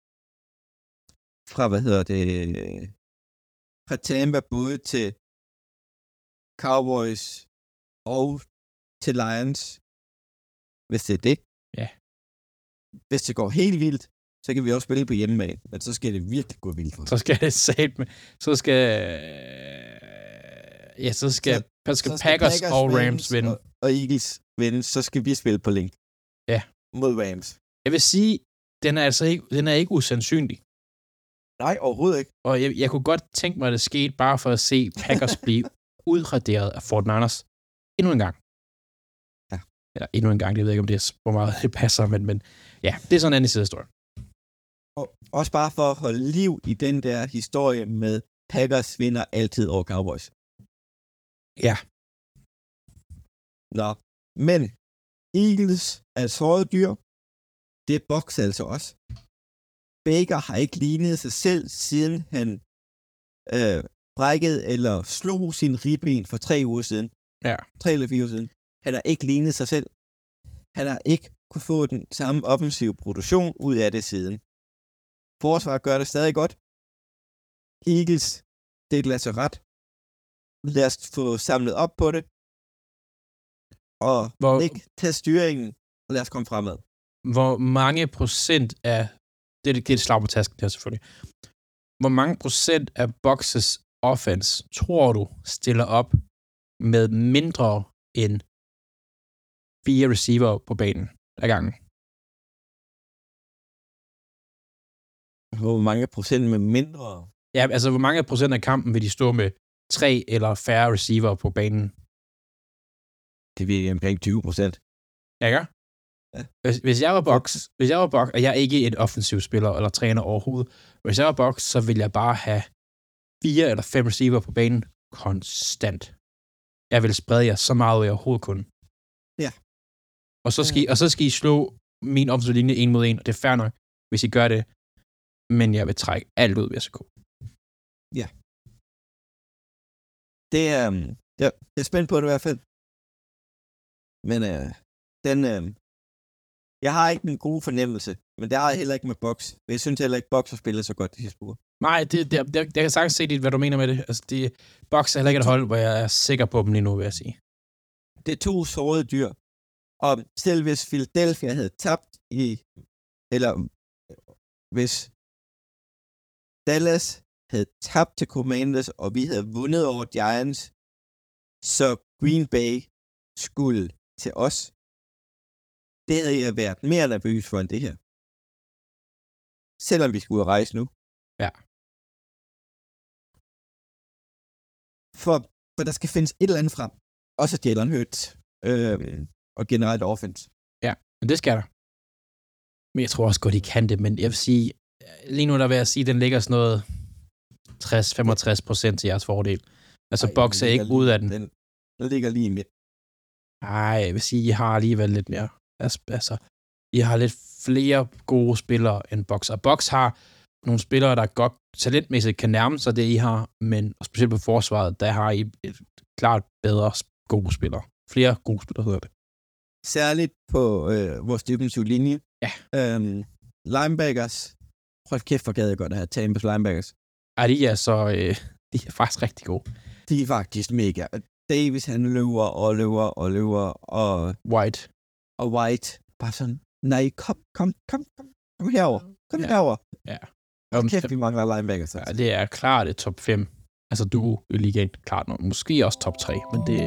fra hvad hedder det, fra Tampa både til Cowboys og til Lions, hvis det er det. Ja. Hvis det går helt vildt, så kan vi også spille på hjemmebane, men så skal det virkelig gå vildt for os. Så skal det sat med, så skal, ja, så skal, så, så skal Packers, Packers og Rams vinde. Og, og Eagles vinde, så skal vi spille på link. Ja. Mod Rams. Jeg vil sige, den er altså ikke, den er ikke usandsynlig. Nej, overhovedet ikke. Og jeg, jeg kunne godt tænke mig, at det skete bare for at se Packers blive udraderet af forty-niners endnu en gang. Ja. Eller endnu en gang, det ved jeg ikke, om det er, hvor meget det passer, men, men ja, det er sådan en anden side historie. Og også bare for at holde liv i den der historie med Packers vinder altid over Cowboys. Ja. Nå, men Eagles er et såret dyr. Det er Bucs altså også. Baker har ikke lignet sig selv, siden han øh, brækkede eller slog sin ribben for tre uger siden. Ja. Tre eller fire uger siden. Han har ikke lignet sig selv. Han har ikke kunne få den samme offensive produktion ud af det siden. Forsvaret gør det stadig godt. Eagles, det er et lasseret. Lad os få samlet op på det. Og Hvor... ikke tage styringen, og lad os komme fremad. Hvor mange procent af, det er et slag på tasken her selvfølgelig, hvor mange procent af Bucs' offense tror du stiller op med mindre end fire receiver på banen ad gangen? Hvor mange procent med mindre? Ja, altså hvor mange procent af kampen vil de stå med tre eller færre receiver på banen? Det vil omkring tyve procent. Ja, ja. Ja. Hvis, hvis jeg var Bucs, hvis jeg var Bucs, og jeg er ikke et offensiv spiller eller træner overhovedet, hvis jeg var Bucs, så ville jeg bare have fire eller fem receiver på banen konstant. Jeg vil sprede jer så meget, jeg overhovedet kunne. Ja. Og så skal, ja. I, og så skal I slå min offensiv linje en mod en, og det er fair nok, hvis I gør det, men jeg vil trække alt ud, hvis jeg kunne. Ja. Det er, ja, jeg er spændt på det i hvert fald. Men øh, den, øh, jeg har ikke en god fornemmelse, men det har jeg heller ikke med Bucs. Jeg synes heller ikke, Bucs har spillet så godt de sidste uger. Nej, det, det, det, jeg kan sagtens se dit, hvad du mener med det. Altså, det, Bucs er heller ikke et hold, hvor jeg er sikker på dem lige nu, vil jeg sige. Det er to sårede dyr. Og selv hvis Philadelphia havde tabt i, eller hvis Dallas havde tabt til Commanders, og vi havde vundet over Giants, så Green Bay skulle til os. det havde jeg været mere nervøs for end det her. Selvom vi skulle ud og rejse nu. Ja. For, for der skal findes et eller andet frem. Også Jalen Hurts. Øh, og generelt offense. Ja, men det skal der. Men jeg tror også godt, de kan det. Men jeg vil sige, lige nu der vil jeg sige, den ligger sådan noget tres til femogtres procent til jeres fordel. Altså, Ej, Bucks er ikke ud af den. Den, den ligger lige i midt. Nej, jeg vil sige, I har alligevel lidt mere. Altså, I har lidt flere gode spillere end Bucks. Og Bucks har nogle spillere, der godt talentmæssigt kan nærme sig det, I har, men specielt på forsvaret, der har I et klart bedre gode spillere. Flere gode spillere, hedder det. Særligt på øh, vores defensive linje. Ja. Øhm, linebackers. Prøv kæft, hvor gad jeg godt at have Tampa's linebackers. Ja, de er så... Øh, de er faktisk rigtig gode. De er faktisk mega. Davis, han løber og løber og løber, og... White. Og White. Bare sådan, nej, kom, kom, kom, kom, kom herover. Kom ja. herover. Ja. Og kæft, vi mangler linebackers. Ja, det er klart et top fem. Altså, du i ligaen. Klart nok. Måske også top tre, men det...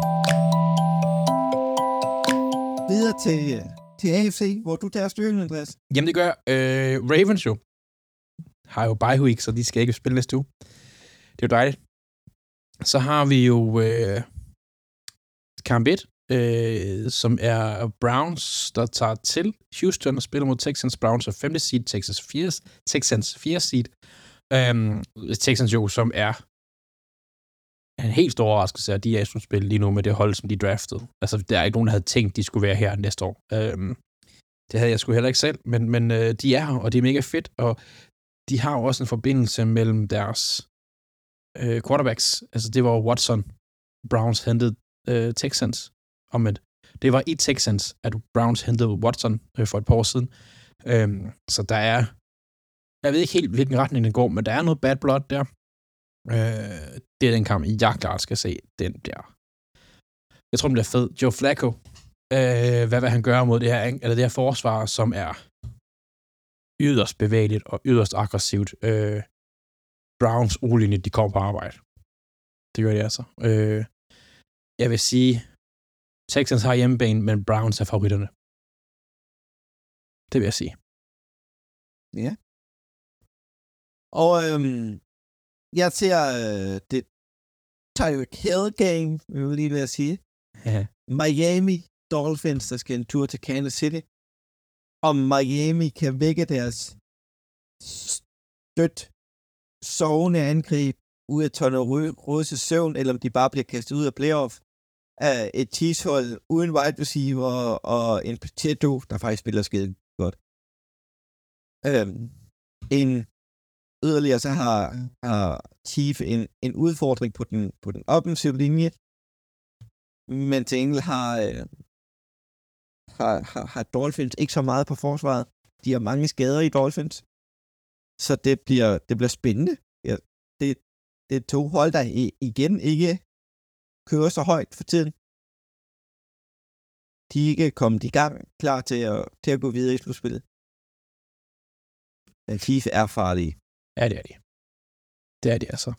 Videre til, til A F C, hvor du tager styringen, Andreas. Jamen, det gør øh, Ravens jo. Har jo bye week, så de skal ikke spille næste uge. Det er jo dejligt. Så har vi jo øh, kamp et, øh, som er Browns, der tager til Houston og spiller mod Texans. Browns er femte seed, Texans fjerde, Texans fjerde seed. Øhm, Texans jo, som er en helt stor overraskelse, at de er i slutspil lige nu med det hold, som de draftede. Altså, der er ikke nogen, der havde tænkt, de skulle være her næste år. Øhm, det havde jeg sgu heller ikke selv, men, men øh, de er her, og det er mega fedt, og de har jo også en forbindelse mellem deres øh, quarterbacks. Altså, det var Watson, Browns hentede øh, Texans. Om et, det var i Texans, at Browns hentede Watson øh, for et par år siden. Øhm, så der er, jeg ved ikke helt, hvilken retning den går, men der er noget bad blood der. Øh, det er den kamp, jeg klart skal se. Den der. Jeg tror, den bliver fed. Joe Flacco. Øh, hvad vil han gøre mod det her, eller det her forsvar, som er yderst bevægeligt og yderst aggressivt. Øh, Browns ulinje, de kommer på arbejde. Det gør de altså. Øh, jeg vil sige, Texans har hjemmebane, men Browns er favoritterne. Det vil jeg sige. Ja. Og øhm, jeg ser øh, det Tyreek Hill game, vil jeg lige vil sige. Ja. Miami Dolphins, der skal en tur til Kansas City. Om Miami kan vække deres stødt sovende angreb ud af Tony Rødes søvn, eller om de bare bliver kastet ud af playoff af et Chiefs-hold uden wide receiver og en Pacheco, der faktisk spiller skide godt. Øhm, en yderligere så har, har Chief en, en udfordring på den, på den offensive linje, men til enkelt har, øh, har, har, har Dolphins ikke så meget på forsvaret. De har mange skader i Dolphins, så det bliver, det bliver spændende. Ja, det, det er to hold, der igen ikke kører så højt for tiden. De er ikke kommet i gang, klar til at, til at gå videre i slutspillet. Men Chiefs er farlige. Ja, det er de. Det er de altså.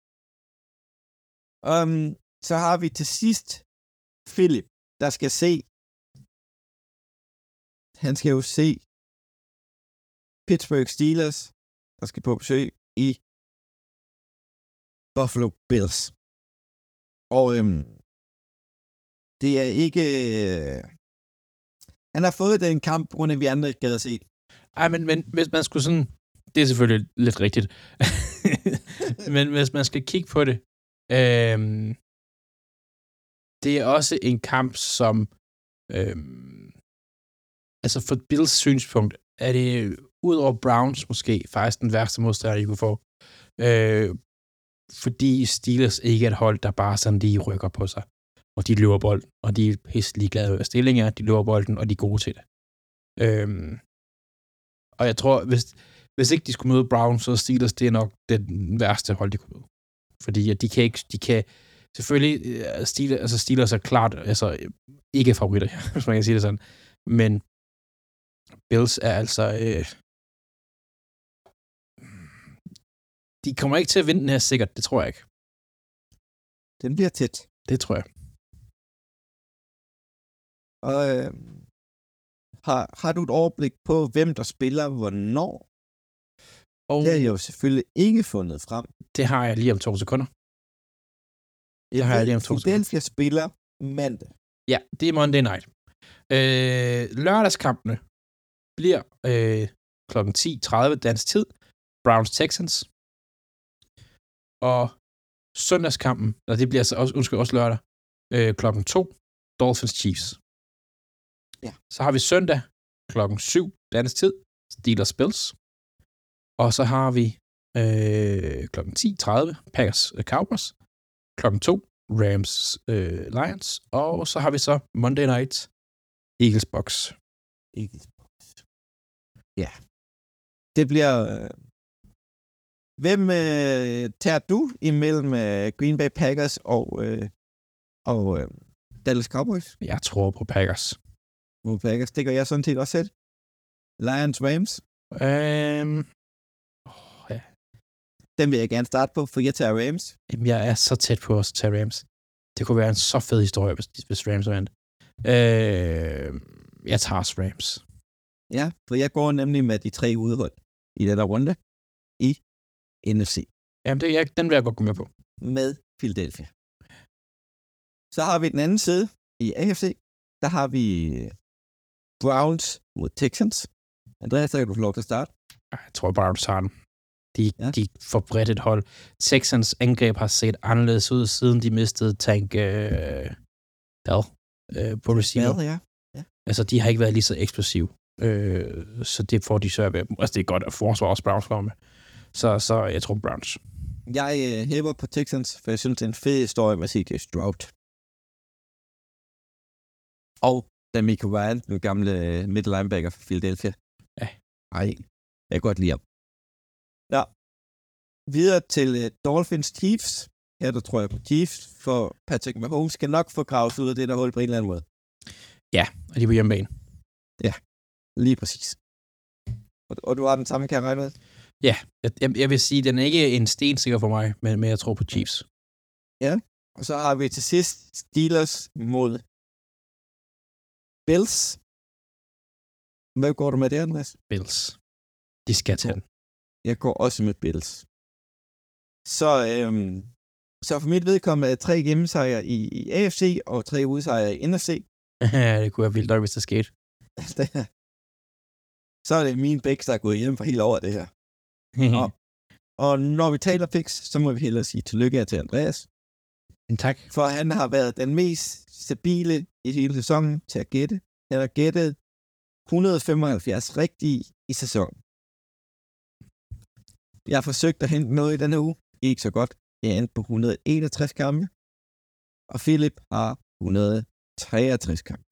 Um, så har vi til sidst Philip, der skal se. Han skal jo se Pittsburgh Steelers, der skal på besøg i Buffalo Bills. Og øhm, det er ikke... Øh, han har fået den kamp, på grund af, at vi andre ikke gad at se. Ej, men, men hvis man skulle sådan... Det er selvfølgelig lidt rigtigt. Men hvis man skal kigge på det... Øhm, det er også en kamp, som... Øhm, altså for Bills synspunkt, er det ud over Browns måske faktisk den værste modstander, I kunne få. Øh, fordi Steelers ikke er et hold, der bare sådan lige rykker på sig. Og de løber bolden, og de er pisse ligeglade med stillinger, de løber bolden, og de er gode til det. Øhm, og jeg tror, hvis, hvis ikke de skulle møde Browns, så Steelers, det er nok den værste hold, de kunne møde. Fordi at de kan ikke, de kan, selvfølgelig, Steelers, altså Steelers er klart, altså ikke favoritter, hvis man kan sige det sådan, men Bills er altså, øh, de kommer ikke til at vinde den her sikkert, det tror jeg ikke. Den bliver tæt. Det tror jeg. Og øh, har, har du et overblik på, hvem der spiller hvornår? Og Det har jeg jo selvfølgelig ikke fundet frem. det har jeg lige om to sekunder. Jeg har jeg ved, lige om to sekunder. Philadelphia spiller mandag. Ja, det er Monday Night. Øh, lørdagskampene bliver øh, klokken ti tredive dansk tid. Browns Texans. Og søndagskampen, og det bliver så også, undskyld, også lørdag, øh, klokken to, Dolphins Chiefs. Ja. Så har vi søndag klokken syv dansk tid, Steelers Bills. Og så har vi øh, klokken ti tredive, Packers øh, Cowboys. Klokken to, Rams øh, Lions. Og så har vi så Monday Night, Eagles Bucks. Eagles Bucks. Ja. Det bliver... Øh... Hvem øh, tager du imellem øh, Green Bay Packers og, øh, og øh, Dallas Cowboys? Jeg tror på Packers. Mod Packers, det gør jeg sådan set også selv. Lions Rams? Øhm... Oh, ja. Den vil jeg gerne starte på, for jeg tager Rams. Jamen, jeg er så tæt på at tage Rams. Det kunne være en så fed historie, hvis, hvis Rams vandt. Øh... Jeg tager også Rams. Ja, for jeg går nemlig med de tre udhold i den der runde i N F C. Jamen, det, jeg, den vil jeg godt gå med på. Med Philadelphia. Så har vi den anden side i A F C. Der har vi Browns mod Texans. Andreas, så kan du få lov til at starte. Jeg tror bare, du tager den. De, ja. de får bredt et hold. Texans angreb har set anderledes ud, siden de mistede Tank øh, Dell øh, på receiver. Ja, ja. Altså, de har ikke været lige så eksplosive. Øh, så det får de sørge ved. Altså, det er godt at forsvare også Browns for med. Så, så jeg tror Browns. Jeg øh, hæver på Texans, for jeg synes, det er en fed historie med C J Stroud. Og D'Amico Ryan, den gamle øh, middle linebacker for Philadelphia. Ja. Ej, jeg kan godt lide ham. Ja. Videre til øh, Dolphins Chiefs. Her der tror jeg på Chiefs, for Patrick Mahomes skal nok få gravet ud af det der hul på en eller anden måde. Ja, og de er på hjemmebane. Ja, lige præcis. Og, og du har den samme, kan jeg regne med? Ja, jeg, jeg vil sige, den er ikke en stensikker for mig, men, men jeg tror på Chiefs. Ja, og så har vi til sidst Steelers mod Bills. Hvad går du med det, Andreas? Bills. De skal tage den. Jeg går også med Bills. Så, øhm, så for mit vedkommende er tre hjemmesejre i, i A F C og tre udsejre i N F C. Det kunne være vildt nok, hvis det skete. Så er det min bæks, der er gået hjem for hele året, det her. og, og når vi taler picks, så må vi hellere sige tillykke til Andreas. En tak. For han har været den mest stabile i hele sæsonen til at gætte. Han har gættet et hundrede og femoghalvfjerds rigtige i sæsonen. Jeg har forsøgt at hente noget i denne uge. Ikke så godt. Jeg endte på et hundrede og enogtres kampe. Og Philip har et hundrede og treogtres kampe.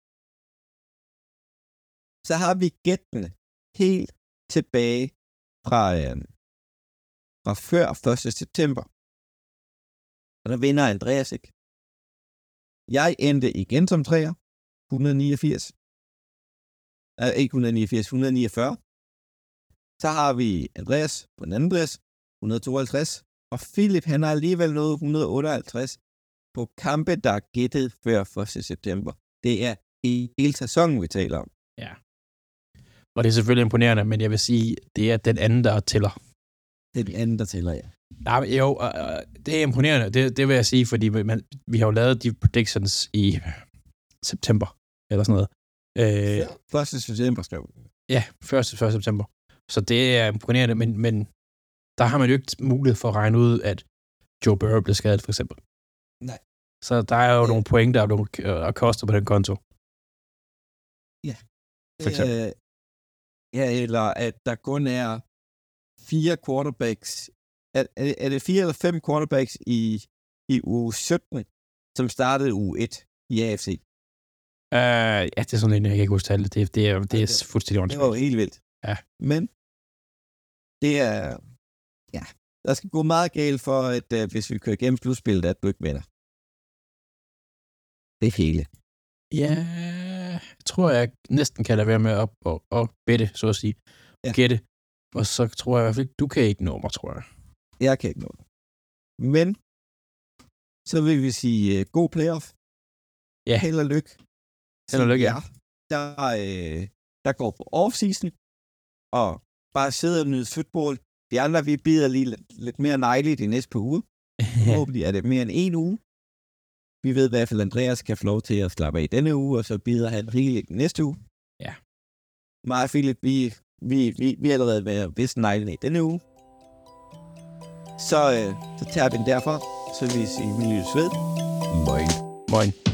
Så har vi gættene helt tilbage fra, øh, fra før første september. Og der vinder Andreas ikke. Jeg endte igen som træer. et hundrede og niogfirs. Nej, ikke et hundrede og niogfirs, et hundrede og niogfyrre. Så har vi Andreas på den anden plads, et hundrede og tooghalvtreds. Og Philip, han har alligevel nået et hundrede og otteoghalvtreds på kampe, der er gættet før første september. Det er i hele sæsonen, vi taler om. Ja. Og det er selvfølgelig imponerende, men jeg vil sige, det er den anden, der tæller. Det er den anden, der tæller, ja. Nej, men jo, øh, det er imponerende, det, det vil jeg sige, fordi man, vi har jo lavet de predictions i september, eller sådan noget. Øh, første september skrev vi. Ja, første, første september. Så det er imponerende, men, men der har man jo ikke mulighed for at regne ud, at Joe Burrow blev skadet, for eksempel. Nej. Så der er jo ja. nogle point, der er nogle øh, koster på den konto. Ja. For eksempel. Øh, ja, eller at der kun er fire quarterbacks. Er, er, er det fire eller fem quarterbacks i, i uge sytten, som startede uge et i A F C? Uh, ja, det er sådan en, jeg kan ikke huske tallet. Det, det, er, det er okay. fuldstændig åndssvagt. Det var jo helt vildt. Ja. Men det er... Ja, der skal gå meget galt for, at uh, hvis vi kører igennem slutspillet, at du ikke vinder. Det er hele. Ja, jeg tror, jeg næsten kan lade være med at, at, at bette, så at sige. Ja. Gætte. Og så tror jeg i hvert fald ikke, du kan ikke nå mig, tror jeg. Jeg kan ikke nå det. Men så vil vi sige uh, god playoff. Ja. Held og lykke. Held og lykke, ja. der, øh, der går på off-season, og bare sidder og nyder fodbold. De andre, vi bider lige lidt, lidt mere negle de næste par uger. Forhåbentlig er det mere end en uge. Vi ved i hvert fald, at Andreas kan få lov til at slappe af denne uge, og så bider han rigeligt næste uge. Ja. Mig og Philip, vi, vi, vi, vi er allerede ved at visse neglen af denne uge. Så, øh, så tager vi den derfra, så vi siger, vi lyttes ved. Moin. Moin.